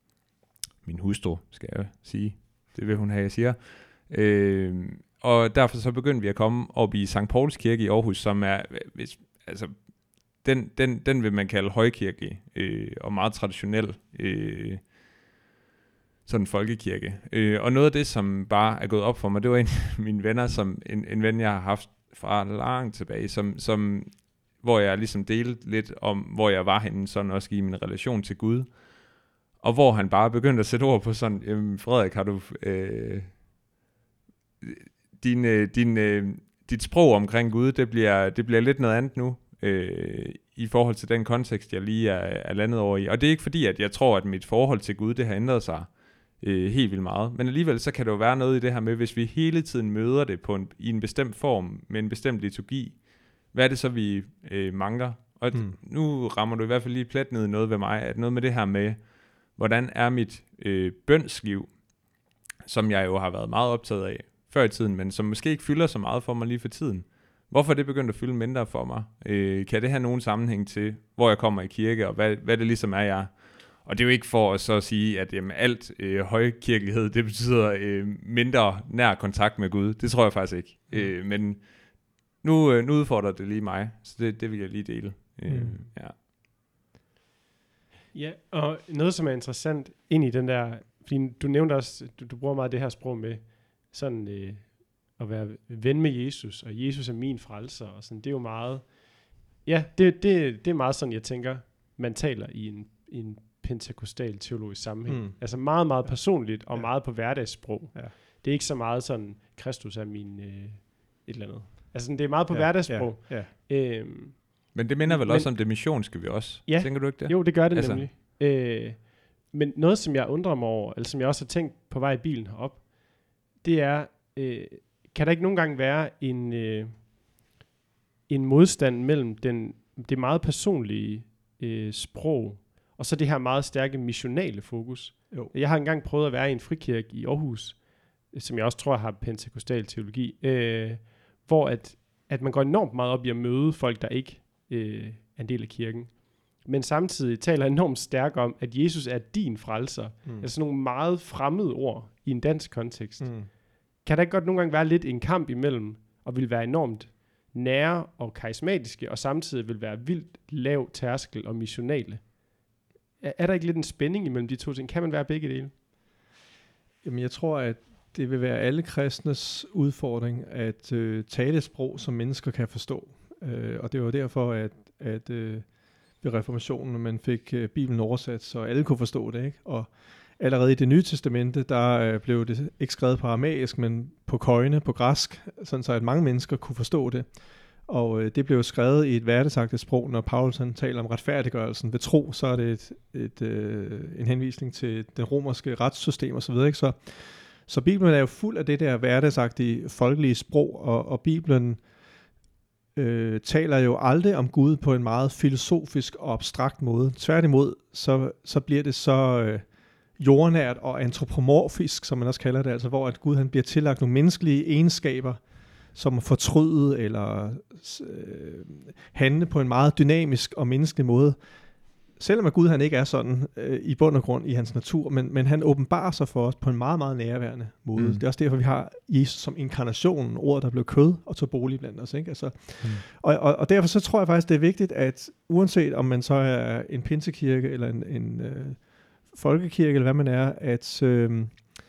min hustru, skal jeg sige. Det vil hun have, jeg siger. Øh, og derfor så begyndte vi at komme op i Sankt Pauls Kirke i Aarhus, som er, hvis, altså, den, den, den vil man kalde højkirkelig, øh, og meget traditionel, øh, sådan en folkekirke. Øh, og noget af det, som bare er gået op for mig, det var en af mine venner, som en, en ven, jeg har haft fra langt tilbage, som, som, hvor jeg ligesom delte lidt om, hvor jeg var henne, sådan også i min relation til Gud. Og hvor han bare begyndte at sætte ord på sådan, jamen, Frederik, har du øh, din, øh, din, øh, dit sprog omkring Gud, det bliver, det bliver lidt noget andet nu, øh, i forhold til den kontekst, jeg lige er, er landet over i. Og det er ikke fordi, at jeg tror, at mit forhold til Gud, det har ændret sig øh, helt vildt meget. Men alligevel, så kan der jo være noget i det her med, hvis vi hele tiden møder det på en, i en bestemt form, med en bestemt liturgi, hvad er det så, vi øh, mangler? Og mm. nu rammer du i hvert fald lige plet ned i noget ved mig, at noget med det her med, hvordan er mit øh, bønsliv, som jeg jo har været meget optaget af før i tiden, men som måske ikke fylder så meget for mig lige for tiden. Hvorfor er det begyndt at fylde mindre for mig? Øh, kan det have nogen sammenhæng til, hvor jeg kommer i kirke, og hvad, hvad det ligesom er, jeg... Og det er jo ikke for at så sige, at jamen, alt øh, højkirkelighed, det betyder øh, mindre nær kontakt med Gud. Det tror jeg faktisk ikke. Mm. Øh, men nu, øh, nu udfordrer det lige mig, så det, det vil jeg lige dele. Øh, mm. Ja. Ja, og noget, som er interessant ind i den der, fordi du nævnte også, du, du bruger meget det her sprog med sådan øh, at være ven med Jesus, og Jesus er min frelser, og sådan, det er jo meget, ja, det, det, det er meget sådan, jeg tænker, man taler i en, i en pentekostal teologisk sammenhæng. Mm. Altså meget, meget personligt, og ja. Meget på hverdagssprog. Ja. Det er ikke så meget sådan, Kristus er min øh, et eller andet. Altså det er meget på ja, hverdagssprog. Ja, ja. Øhm, Men det minder vel men, også om det missionske vi også. Ja, tænker du ikke det? Jo, det gør det altså. Nemlig. Øh, men noget, som jeg undrer mig over, eller som jeg også har tænkt på vej i bilen herop, det er, øh, kan der ikke nogen gange være en, øh, en modstand mellem den, det meget personlige øh, sprog, og så det her meget stærke missionale fokus? Jo. Jeg har engang prøvet at være i en frikirke i Aarhus, som jeg også tror har pentekostal teologi, øh, hvor at, at man går enormt meget op i at møde folk, der ikke øh, er en del af kirken. men samtidig taler enormt stærkt om, at Jesus er din frelser. Mm. Altså nogle meget fremmede ord i en dansk kontekst. Mm. Kan der ikke godt nogle gange være lidt en kamp imellem, og vil være enormt nære og karismatiske, og samtidig vil være vildt lav tærskel og missionale? Er, er der ikke lidt en spænding imellem de to ting? Kan man være begge dele? Jamen, jeg tror, at det vil være alle kristnes udfordring at øh, tale et sprog, som mennesker kan forstå. Øh, og det var derfor, at, at øh, ved reformationen, man fik øh, Bibelen oversat, så alle kunne forstå det, ikke? Og allerede i Det Nye Testamente, der øh, blev det ikke skrevet på aramæisk, men på koine, på græsk, sådan så at mange mennesker kunne forstå det. Og øh, det blev skrevet i et hverdagagtigt sprog. Når Paulus han taler om retfærdiggørelsen ved tro, så er det et, et, øh, en henvisning til det romerske retssystem osv. Ikke? Så, så Bibelen er jo fuld af det der hverdagsagtige folkelige sprog, og, og Bibelen øh, taler jo aldrig om Gud på en meget filosofisk og abstrakt måde. Tværtimod, så, så bliver det så øh, jordnært og antropomorfisk, som man også kalder det, altså hvor at Gud han bliver tillagt nogle menneskelige egenskaber, som fortryde eller øh, handle på en meget dynamisk og menneskelig måde. Selvom at Gud han ikke er sådan øh, i bund og grund i hans natur, men, men han åbenbarer sig for os på en meget, meget nærværende måde. Mm. Det er også derfor, vi har Jesus som inkarnationen, ordet, der blev kød og tog bolig blandt os. Ikke? Altså, mm. og, og, og derfor så tror jeg faktisk, det er vigtigt, at uanset om man så er en pinsekirke eller en, en øh, folkekirke, eller hvad man er, at, øh,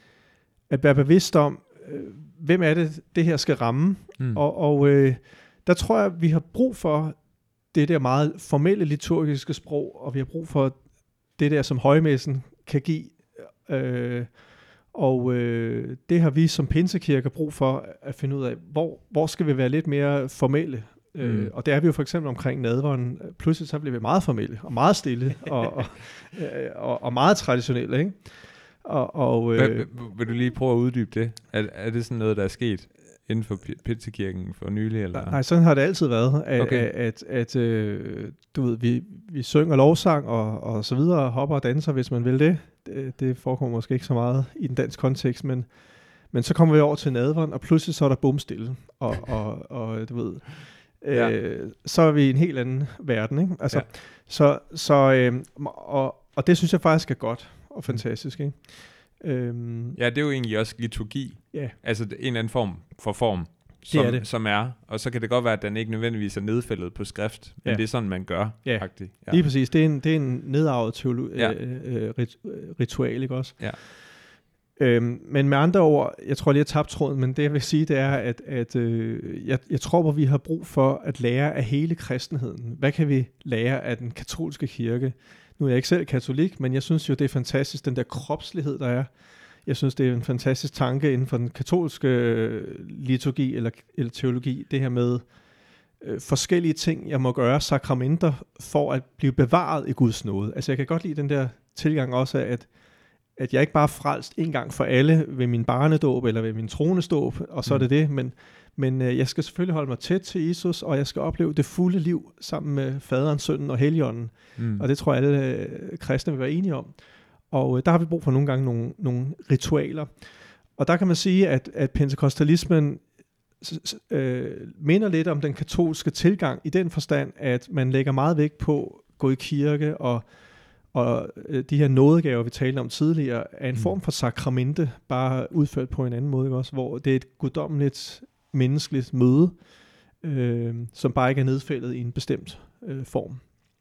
at være bevidst om, øh, hvem er det, det her skal ramme. Mm. Og, og øh, der tror jeg, vi har brug for det der meget formelle liturgiske sprog, og vi har brug for det der, som højmessen kan give. Øh, og øh, det har vi som pinsekirker brug for at finde ud af, hvor, hvor skal vi være lidt mere formelle. Mm. Øh, og det er vi jo for eksempel omkring nadveren. Pludselig så bliver vi meget formelle, og meget stille, og, og, øh, og, og meget traditionelle, ikke? Og, og, øh, Hvad, vil du lige prøve at uddybe det? Er, er det sådan noget, der er sket inden for pinsekirken for nylig? Eller? Nej, sådan har det altid været, at, okay. at, at, at øh, du ved, vi, vi synger lovsang og, og så videre, hopper og danser, hvis man vil det. det. Det forekommer måske ikke så meget i den dansk kontekst, men, men så kommer vi over til nadveren, og pludselig så er der bumstille, og, og, og du ved, øh, ja. så er vi i en helt anden verden, ikke? Altså, ja. Så, så øh, og, og det synes jeg faktisk er godt og fantastisk, ikke? Øhm, ja, det er jo egentlig også liturgi. Yeah. Altså en eller anden form for form, som, det er, det. som er. Og så kan det godt være, at den ikke nødvendigvis er nedfældet på skrift, men yeah. det er sådan, man gør. Yeah. Faktisk. Ja, lige præcis. Det er en, det er en nedarvet teolo- ja. øh, rit, ritual, ikke også? Ja. Øhm, men med andre ord, jeg tror lige, jeg tabt tråden, men det jeg vil sige, det er, at, at øh, jeg, jeg tror, at vi har brug for at lære af hele kristenheden. Hvad kan vi lære af den katolske kirke? Nu er jeg ikke selv katolik, men jeg synes jo, det er fantastisk, den der kropslighed, der er. Jeg synes, det er en fantastisk tanke inden for den katolske liturgi eller, eller teologi, det her med øh, forskellige ting, jeg må gøre, sakramenter, for at blive bevaret i Guds nåde. Altså jeg kan godt lide den der tilgang også af, at, at jeg ikke bare er frelst en gang for alle ved min barnedåb eller ved min troneståb, og så mm. er det det, men Men øh, jeg skal selvfølgelig holde mig tæt til Jesus, og jeg skal opleve det fulde liv sammen med faderen, sønnen og helligånden. Mm. Og det tror jeg, alle øh, kristne vil være enige om. Og øh, der har vi brug for nogle gange nogle, nogle ritualer. Og der kan man sige, at, at pentekostalismen øh, minder lidt om den katolske tilgang i den forstand, at man lægger meget vægt på at gå i kirke, og, og øh, de her nådegaver, vi talte om tidligere, er en mm. form for sakramente, bare udført på en anden måde, ikke også? Hvor det er et guddommeligt menneskeligt møde, øh, som bare ikke er nedfældet i en bestemt øh, form.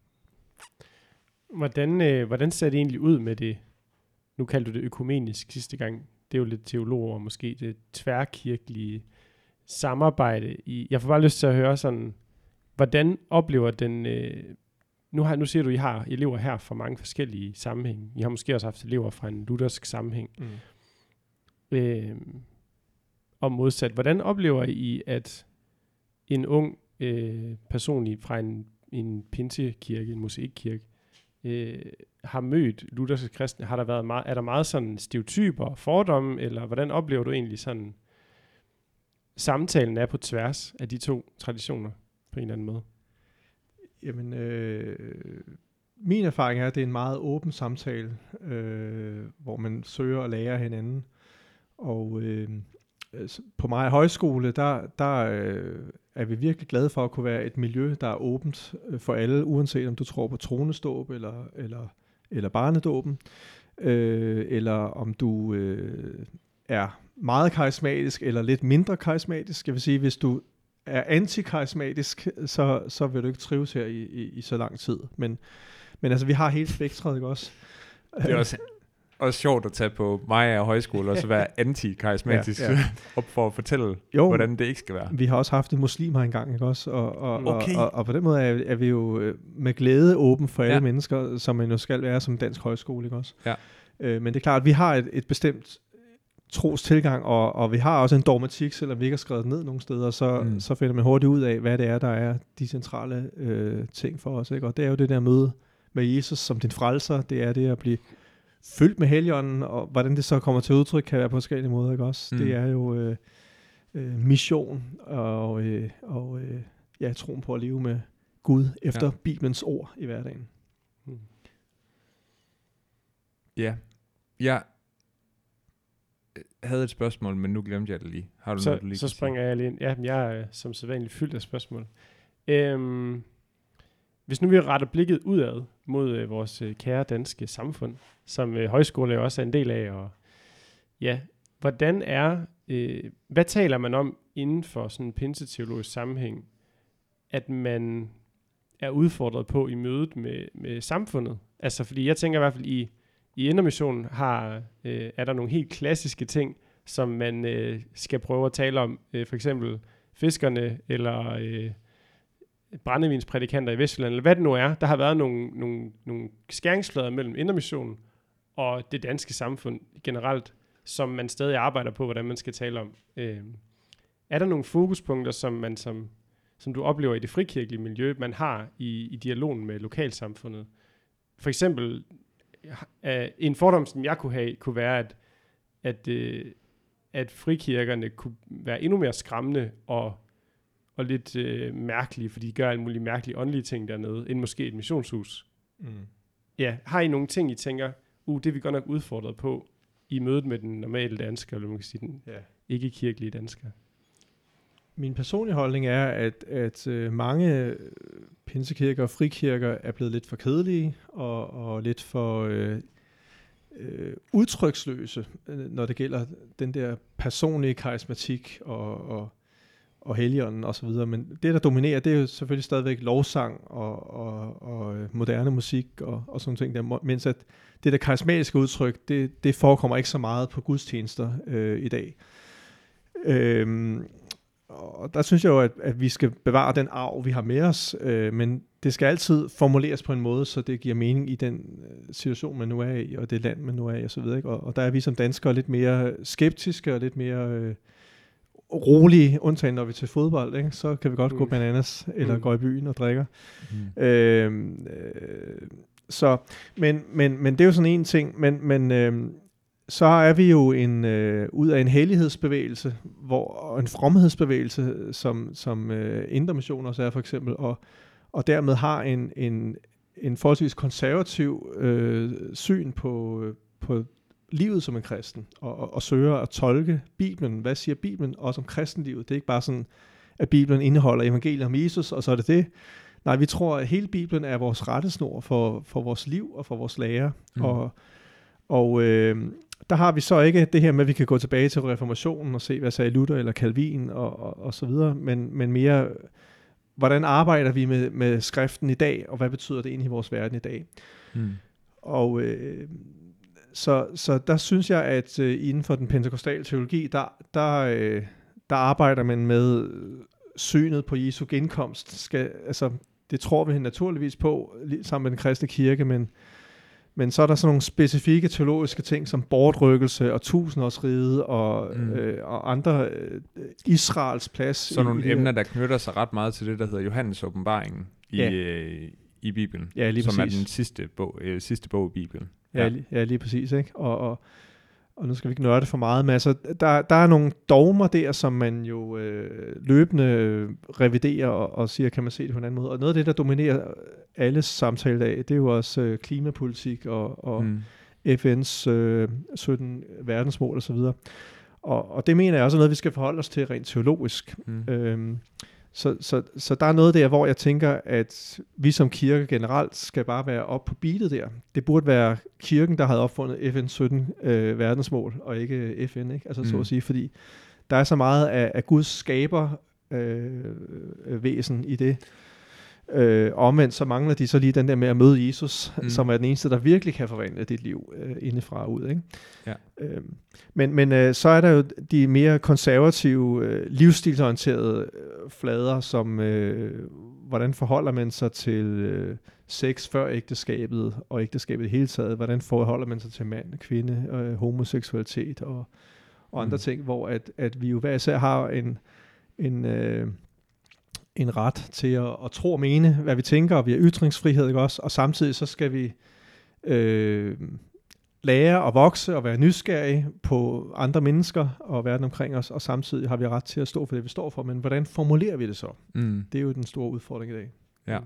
Hvordan, øh, hvordan ser det egentlig ud med det, nu kaldte du det økumenisk sidste gang, det er jo lidt teologer, måske det tværkirkelige samarbejde. I, jeg får bare lyst til at høre sådan, hvordan oplever den, øh, nu, har, nu siger du, I har elever her fra mange forskellige sammenhænge. I har måske også haft elever fra en luthersk sammenhæng. Mm. Øh, og modsat, hvordan oplever I, at en ung øh, person fra en, en pinsekirke, en mosaikkirke, øh, har mødt lutherske kristne? Har der været meget, er der meget sådan stereotyper, fordomme, eller hvordan oplever du egentlig sådan, samtalen er på tværs af de to traditioner på en eller anden måde? Jamen, øh, min erfaring er, at det er en meget åben samtale, øh, hvor man søger at lære hinanden. Og øh, på mig højskole, der, der øh, er vi virkelig glade for at kunne være et miljø, der er åbent for alle, uanset om du tror på troneståb eller, eller, eller barnedåben, øh, eller om du øh, er meget karismatisk eller lidt mindre karismatisk. Jeg vil sige, hvis du er antikarismatisk, så, så vil du ikke trives her i, i, i så lang tid. Men, men altså, vi har hele spektret, ikke også? Det er også, også sjovt at tage på Mariager Højskole og så være anti-karismatisk ja, ja. op for at fortælle, jo, hvordan det ikke skal være. Vi har også haft en muslim her engang, ikke også? Og, og, okay. og, og, og på den måde er, er vi jo med glæde åben for alle ja. mennesker, som man jo skal være som dansk højskole, ikke også? Ja. Øh, men det er klart, at vi har et, et bestemt tros tilgang, og, og vi har også en dogmatik, selvom vi ikke har skrevet ned nogen steder, så, mm. så finder man hurtigt ud af, hvad det er, der er de centrale øh, ting for os. Ikke? Og det er jo det der møde med Jesus som din frelser, det er det at blive fyldt med Helligånden, og hvordan det så kommer til udtryk, kan være på forskellige måder. Ikke også? Mm. Det er jo øh, øh, mission, og, øh, og øh, ja, troen på at leve med Gud efter ja. Bibelens ord i hverdagen. Mm. Ja, ja. Jeg havde et spørgsmål, men nu glemte jeg det lige. Har du så, noget, du lige så springer jeg lige ind. Ja, jeg er som sædvanligt fyldt af spørgsmål. Øhm, hvis nu vi retter blikket udad mod øh, vores øh, kære danske samfund, som øh, højskole jo også er en del af, og ja, hvordan er, øh, hvad taler man om inden for sådan en pinseteologisk sammenhæng, at man er udfordret på i mødet med, med samfundet? Altså, fordi jeg tænker i hvert fald i I Indre Mission har, øh, er der nogle helt klassiske ting, som man øh, skal prøve at tale om. Øh, for eksempel fiskerne, eller øh, brændevinsprædikanter i Vestjylland, eller hvad det nu er. Der har været nogle, nogle, nogle skæringsflader mellem Indre Mission og det danske samfund generelt, som man stadig arbejder på, hvordan man skal tale om. Øh, er der nogle fokuspunkter, som man som, som du oplever i det frikirkelige miljø, man har i, i dialogen med lokalsamfundet? For eksempel en fordom, som jeg kunne have, kunne være, at, at, øh, at frikirkerne kunne være endnu mere skræmmende og, og lidt øh, mærkelige, fordi de gør alle mulige mærkelige åndelige ting dernede, end måske et missionshus. Mm. Ja, har I nogle ting, I tænker, uh, det er vi godt nok udfordret på i mødet med den normale dansker, eller man kan sige den ja. ikke-kirkelige dansker? Min personlige holdning er, at, at øh, mange pinsekirker og frikirker er blevet lidt for kedelige og, og lidt for øh, øh, udtryksløse, når det gælder den der personlige karismatik og, og, og Helligånden og så videre. Men det, der dominerer, det er jo selvfølgelig stadigvæk lovsang og, og, og moderne musik og, og sådan ting der, mens at det der karismatiske udtryk, det, det forekommer ikke så meget på gudstjenester øh, i dag. Øhm, Og der synes jeg jo, at, at vi skal bevare den arv, vi har med os, øh, men det skal altid formuleres på en måde, så det giver mening i den situation, man nu er i, og det land, man nu er i, og så videre. Ikke? Og, og der er vi som danskere lidt mere skeptiske og lidt mere øh, rolige, undtagen når vi er til fodbold, ikke? Så kan vi godt mm. gå bananas, eller mm. gå i byen og drikke. Mm. Øh, øh, så, men, men, men det er jo sådan en ting, men... men øh, så er vi jo en, øh, ud af en hellighedsbevægelse, hvor, og en fromhedsbevægelse, som, som øh, Indre Mission også er for eksempel, og, og dermed har en, en, en forholdsvis konservativ øh, syn på, på livet som en kristen, og, og, og søger at tolke Bibelen. Hvad siger Bibelen også om kristenlivet? Det er ikke bare sådan, at Bibelen indeholder evangeliet om Jesus, og så er det det. Nej, vi tror, at hele Bibelen er vores rettesnor for, for vores liv og for vores lære. Mm. Og, og øh, der har vi så ikke det her med, at vi kan gå tilbage til reformationen og se, hvad sagde Luther eller Calvin og, og, og så videre, men, men mere, hvordan arbejder vi med, med skriften i dag, og hvad betyder det egentlig i vores verden i dag? Mm. Og øh, så, så der synes jeg, at øh, inden for den pentekostale teologi, der, der, øh, der arbejder man med synet på Jesu genkomst. Skal, altså, det tror vi naturligvis på, sammen med den kristne kirke, men Men så er der sådan nogle specifikke teologiske ting, som bortrykkelse og tusindårsriget og, mm. øh, og andre øh, Israels plads. Så nogle i, emner, der knytter sig ret meget til det, der hedder Johannes åbenbaringen i, ja. øh, i Bibelen, ja, lige som præcis. er den sidste bog, øh, sidste bog i Bibelen. Ja, ja. Lige, ja, lige præcis. Ikke? Og, og, og nu skal vi ikke nørde for meget, men altså, der, der er nogle dogmer der, som man jo øh, løbende reviderer og, og siger, kan man se det på en anden måde. Og noget af det, der dominerer alle samtaler af, det er jo også øh, klimapolitik og, og mm. F N's øh, sytten verdensmål osv. Og, og det mener jeg også er noget, vi skal forholde os til rent teologisk. Mm. Øhm, Så, så, så der er noget der, hvor jeg tænker, at vi som kirke generelt skal bare være op på beatet der. Det burde være kirken, der havde opfundet F N sytten øh, verdensmål, og ikke F N, ikke? Altså mm. så at sige, fordi der er så meget af, af Guds skaber øh, væsen i det. Øh, omvendt så mangler de så lige den der med at møde Jesus, mm. som er den eneste, der virkelig kan forvandle dit liv øh, indefra og ud. Ikke? Ja. Øh, men men øh, så er der jo de mere konservative, øh, livsstilsorienterede øh, flader, som øh, hvordan forholder man sig til øh, sex før ægteskabet og ægteskabet i hele taget? Hvordan forholder man sig til mand, kvinde, øh, homoseksualitet og, og andre mm. ting, hvor at, at vi jo hver især har en en øh, en ret til at, at tro og mene, hvad vi tænker, og vi har ytringsfrihed, ikke også? Og samtidig så skal vi øh, lære og vokse og være nysgerrige på andre mennesker og verden omkring os, og samtidig har vi ret til at stå for det, vi står for. Men hvordan formulerer vi det så? Mm. Det er jo den store udfordring i dag. Ja.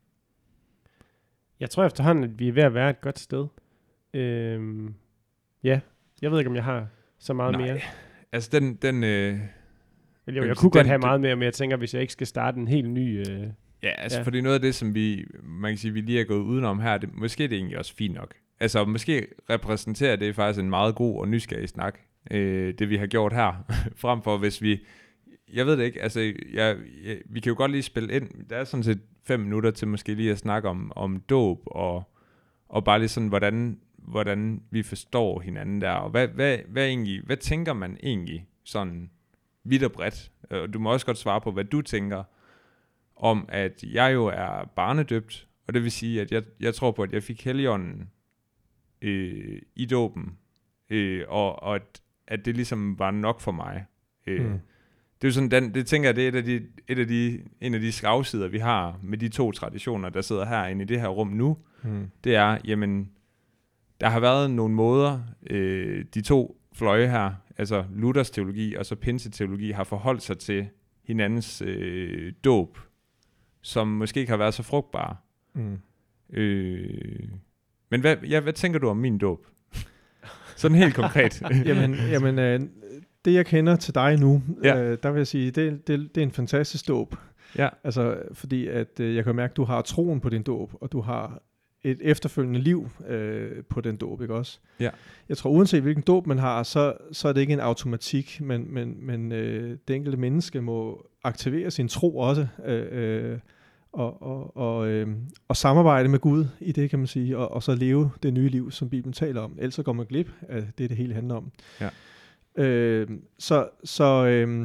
Jeg tror efterhånden, at vi er ved at være et godt sted. Øhm, ja, jeg ved ikke, om jeg har så meget Nej. mere. Altså den... den øh Jeg, jeg, jeg kunne den, godt have meget mere, men jeg tænker, hvis jeg ikke skal starte en helt ny... Øh, ja, altså ja. fordi noget af det, som vi, man kan sige, vi lige er gået udenom her, det, måske det er egentlig også fint nok. Altså måske repræsenterer det faktisk en meget god og nysgerrig snak, øh, det vi har gjort her, frem for hvis vi... Jeg ved det ikke, altså jeg, jeg, vi kan jo godt lige spille ind, der er sådan set fem minutter til måske lige at snakke om, om dåb, og, og bare lige sådan, hvordan, hvordan vi forstår hinanden der, og hvad, hvad, hvad, egentlig, hvad tænker man egentlig sådan... vidt og bredt. Du må også godt svare på, hvad du tænker om, at jeg jo er barnedøbt, og det vil sige, at jeg, jeg tror på, at jeg fik Helligånden øh, i dåben, øh, og, og at, at det ligesom var nok for mig. Øh, mm. Det er jo sådan, den, det tænker jeg, det er et af de, et af de, en af de skavsider, vi har med de to traditioner, der sidder herinde i det her rum nu. Mm. Det er, jamen, der har været nogle måder, øh, de to fløje her, altså Luthers teologi og så pinseteologi, har forholdt sig til hinandens øh, dåb, som måske ikke har været så frugtbare. Mm. Øh, men hvad, ja, hvad tænker du om min dåb? Sådan helt konkret. jamen, jamen øh, det jeg kender til dig nu, ja. øh, der vil jeg sige, det, det, det er en fantastisk dåb. Ja. Altså, fordi at øh, jeg kan mærke, at du har troen på din dåb, og du har et efterfølgende liv øh, på den dåb, ikke også? Ja. Jeg tror, uanset hvilken dåb man har, så, så er det ikke en automatik, men, men, men øh, det enkelte menneske må aktivere sin tro også, øh, øh, og, og, og, øh, og samarbejde med Gud i det, kan man sige, og, og så leve det nye liv, som Bibelen taler om. Ellers så går man glip af det, det hele handler om. Ja. Øh, så så øh,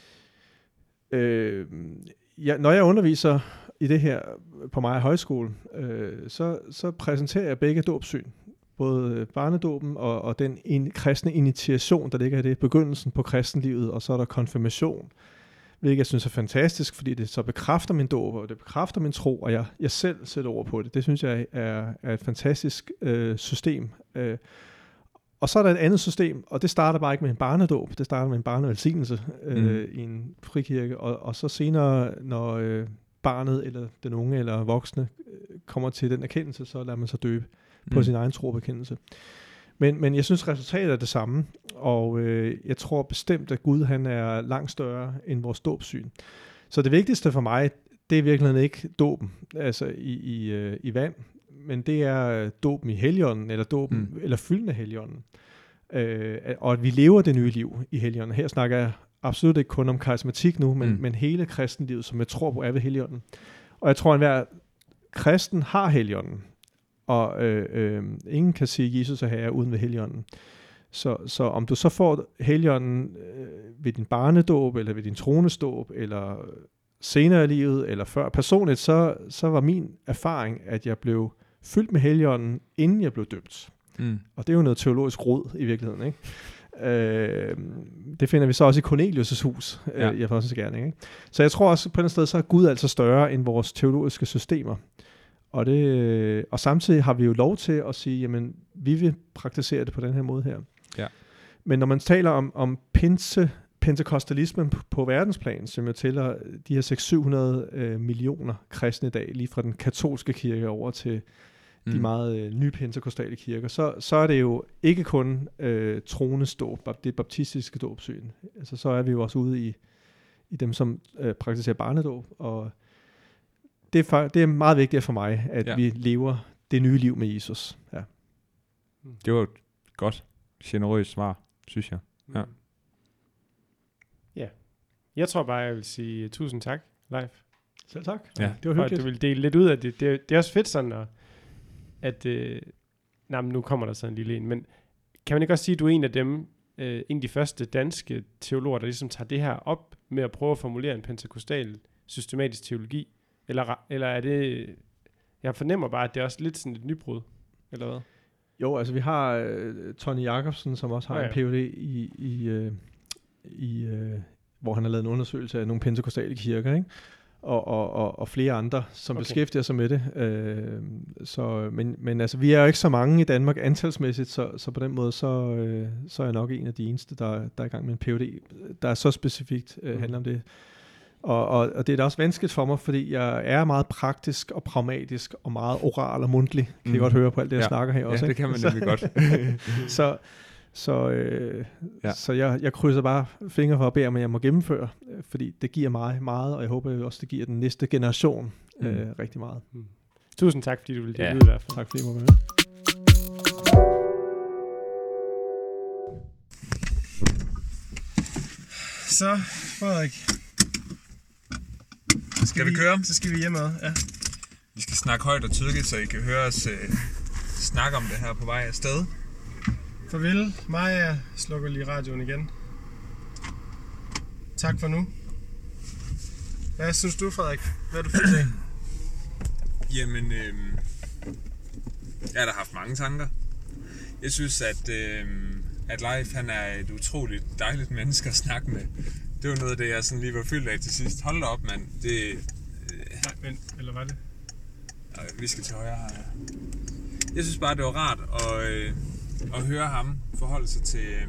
øh, ja, når jeg underviser i det her på Mariager Højskole, øh, så, så præsenterer jeg begge dåbssyn. Både barnedåben og, og den in, kristne initiation, der ligger i det, begyndelsen på kristenlivet, og så er der konfirmation, hvilket jeg synes er fantastisk, fordi det så bekræfter min dåb, og det bekræfter min tro, og jeg, jeg selv sætter ord på det. Det synes jeg er, er et fantastisk øh, system. Øh, og så er der et andet system, og det starter bare ikke med en barnedåb, det starter med en barnevelsignelse øh, mm. i en frikirke, og, og så senere, når øh, barnet eller den unge eller voksne øh, kommer til den erkendelse, så lader man sig døbe mm. på sin egen trobekendelse. Men, men jeg synes, resultatet er det samme, og øh, jeg tror bestemt, at Gud han er langt større end vores dåbssyn. Så det vigtigste for mig, det er virkelig ikke dåben, altså i, i, øh, i vand, men det er dåben i Helligånden, eller dåben, mm. eller fylden af Helligånden. Øh, og at vi lever det nye liv i Helligånden. Her snakker jeg absolut ikke kun om karismatik nu, men, mm. men hele kristenlivet, som jeg tror på er ved Helligånden. Og jeg tror, at hver kristen har Helligånden. Og øh, øh, ingen kan sige, at Jesus er herre uden ved Helligånden. Så, så om du så får Helligånden øh, ved din barnedåb, eller ved din troneståb, eller senere i livet, eller før personligt, så, så var min erfaring, at jeg blev fyldt med Helligånden, inden jeg blev døbt. Mm. Og det er jo noget teologisk rod i virkeligheden, ikke? Øh, det finder vi så også i Cornelius' hus, ja. øh, jeg får så gerne, ikke? Så jeg tror også, på den sted, så er Gud altså større end vores teologiske systemer. Og, det, og samtidig har vi jo lov til at sige, jamen, vi vil praktisere det på den her måde her. Ja. Men når man taler om, om pinse, pentekostalismen på, på verdensplan, som jo tæller de her seks til syv hundrede øh, millioner kristne i dag, lige fra den katolske kirke over til mm. de meget øh, nye pentekostale kirker, så, så er det jo ikke kun øh, troneståb, det baptistiske dåbsyn. Altså, så er vi jo også ude i, i dem, som øh, praktiserer barnedåb. Og det er, for, det er meget vigtigt for mig, at ja. vi lever det nye liv med Jesus. Ja. Det var et godt, generøst svar, synes jeg. Ja. Ja. Jeg tror bare, jeg vil sige tusind tak, Leif. Selv tak. Ja. Det var hyggeligt. Og du vil dele lidt ud af det. Det, det er også fedt sådan, at, at øh, nej, men nu kommer der sådan en lille en, men kan man ikke også sige, at du er en af dem, øh, en af de første danske teologer, der ligesom tager det her op med at prøve at formulere en pentekostal systematisk teologi? Eller, eller er det... Jeg fornemmer bare, at det er også lidt sådan et nybrud, eller hvad? Jo, altså vi har øh, Tony Jacobsen, som også har ja, ja. en P H D i, i, øh, i øh, hvor han har lavet en undersøgelse af nogle pentekostale kirker, ikke? Og, og, og, og flere andre, som okay. beskæftiger sig med det. Øh, så, men, men altså, vi er jo ikke så mange i Danmark antalsmæssigt, så, så på den måde, så, øh, så er jeg nok en af de eneste, der, der er i gang med en P H D, der er så specifikt øh, handler om det. Og, og, og det er da også vanskeligt for mig, fordi jeg er meget praktisk og pragmatisk og meget oral og mundtlig. Kan mm. I godt høre på alt det, jeg ja. snakker her også? Ja, ikke? det kan man nemlig godt. så så, øh, ja. så jeg, jeg krydser bare fingre for at bede om, at jeg må gennemføre, fordi det giver mig meget, og jeg håber også, det giver den næste generation mm. øh, rigtig meget. Mm. Tusind tak, fordi du ville dele ja. ud i hvert fald. Tak fordi I må være med. Så, Frederik. Skal, skal vi, vi køre? Så skal vi hjemme ad, ja. Vi skal snakke højt og tydeligt, så I kan høre os øh, snakke om det her på vej afsted. Farvel. Maja slukker lige radioen igen. Tak for nu. Hvad synes du, Frederik? Hvad er du fyldt af? Jamen, øh, jeg har da haft mange tanker. Jeg synes, at, øh, at Leif, han er et utroligt dejligt menneske at snakke med. Det var noget af det, jeg sådan lige var fyldt af til sidst. Hold da op, mand. Det, øh, Nej, men, eller var det? Øh, vi skal til højre her. Jeg synes bare, det var rart at, øh, at høre ham forholde sig til, øh,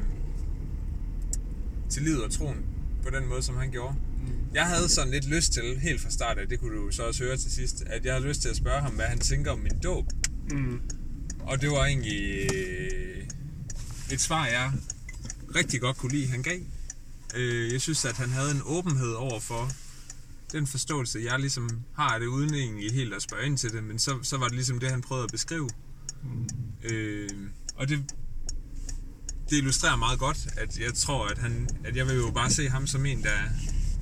til livet og troen på den måde, som han gjorde. Mm. Jeg havde sådan lidt lyst til, helt fra start af, det kunne du så også høre til sidst, at jeg havde lyst til at spørge ham, hvad han tænker om min dåb. Mm. Og det var egentlig øh, et svar, jeg rigtig godt kunne lide, han gav. Øh, jeg synes, at han havde en åbenhed over for den forståelse, jeg ligesom har af det, uden egentlig helt at spørge ind til det, men så, så var det ligesom det, han prøvede at beskrive. Mm. Øh, og det, det illustrerer meget godt, at jeg tror, at han, at jeg vil jo bare se ham som en, der er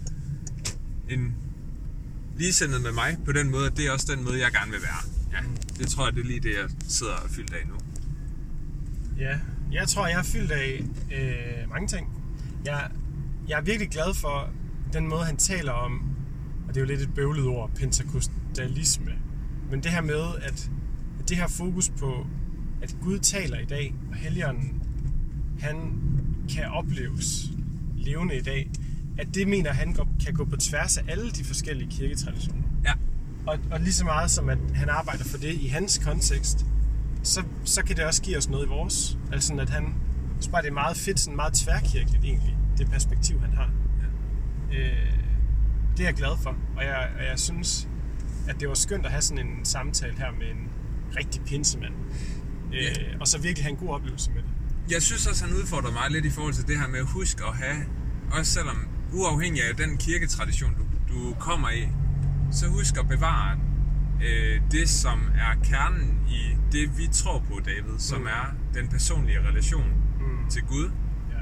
en ligesindet med mig, på den måde, at det er også den måde, jeg gerne vil være. Ja, det tror jeg, det er lige det, jeg sidder og fyldt af nu. Ja, jeg tror, jeg er fyldt af øh, mange ting. Jeg, jeg er virkelig glad for den måde, han taler om, og det er jo lidt et bøvlet ord, pentekostalisme. Men det her med, at, at det her fokus på, at Gud taler i dag, og Helligånden, han kan opleves levende i dag, at det mener han kan gå på tværs af alle de forskellige kirketraditioner. Ja. Og, og lige så meget som at han arbejder for det i hans kontekst, så, så kan det også give os noget i vores. Altså at han, så bare det er meget fedt, sådan meget tværkirkeligt egentlig, det perspektiv han har. Ja. Øh, det er jeg glad for, og jeg, og jeg synes, at det var skønt at have sådan en samtale her med en rigtig pinsemand. Øh, ja. Og så virkelig have en god oplevelse med det. Jeg synes også, han udfordrer mig lidt i forhold til det her med at huske at have, også selvom uafhængig af den kirketradition, du, du kommer i, så husk at bevare øh, det, som er kernen i det, vi tror på, David, som mm. er den personlige relation mm. til Gud. Ja.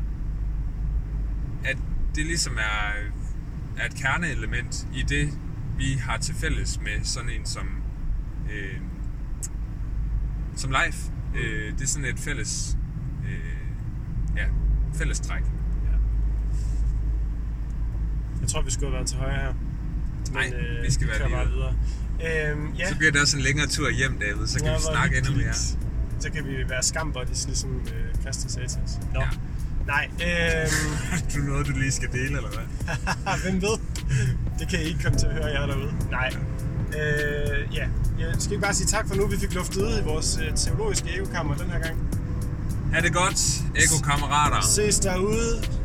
At det ligesom er, er et kerneelement i det, vi har til fælles med sådan en som, øh, som Leif. Mm. Øh, det er sådan et fælles, øh, ja, fælles træk. Ja. Jeg tror, vi skulle have været til højre her. Nej, øh, vi skal være lige videre. Øhm, ja. Så bliver det også en længere tur hjem, David, så kan ja, vi snakke endnu mere. Så kan vi være skambuddies, ligesom øh, Christus sagde til os. Nå. Ja. Nej. Øhm... Har du noget, du lige skal dele, eller hvad? Hvem ved? Det kan I ikke komme til at høre jer derude. Nej. Øh, ja. Jeg skal ikke bare sige tak for nu. Vi fik luftet ud i vores øh, teologiske ekokammer den her gang. Ha' det godt, ekokammerater. Ses derude.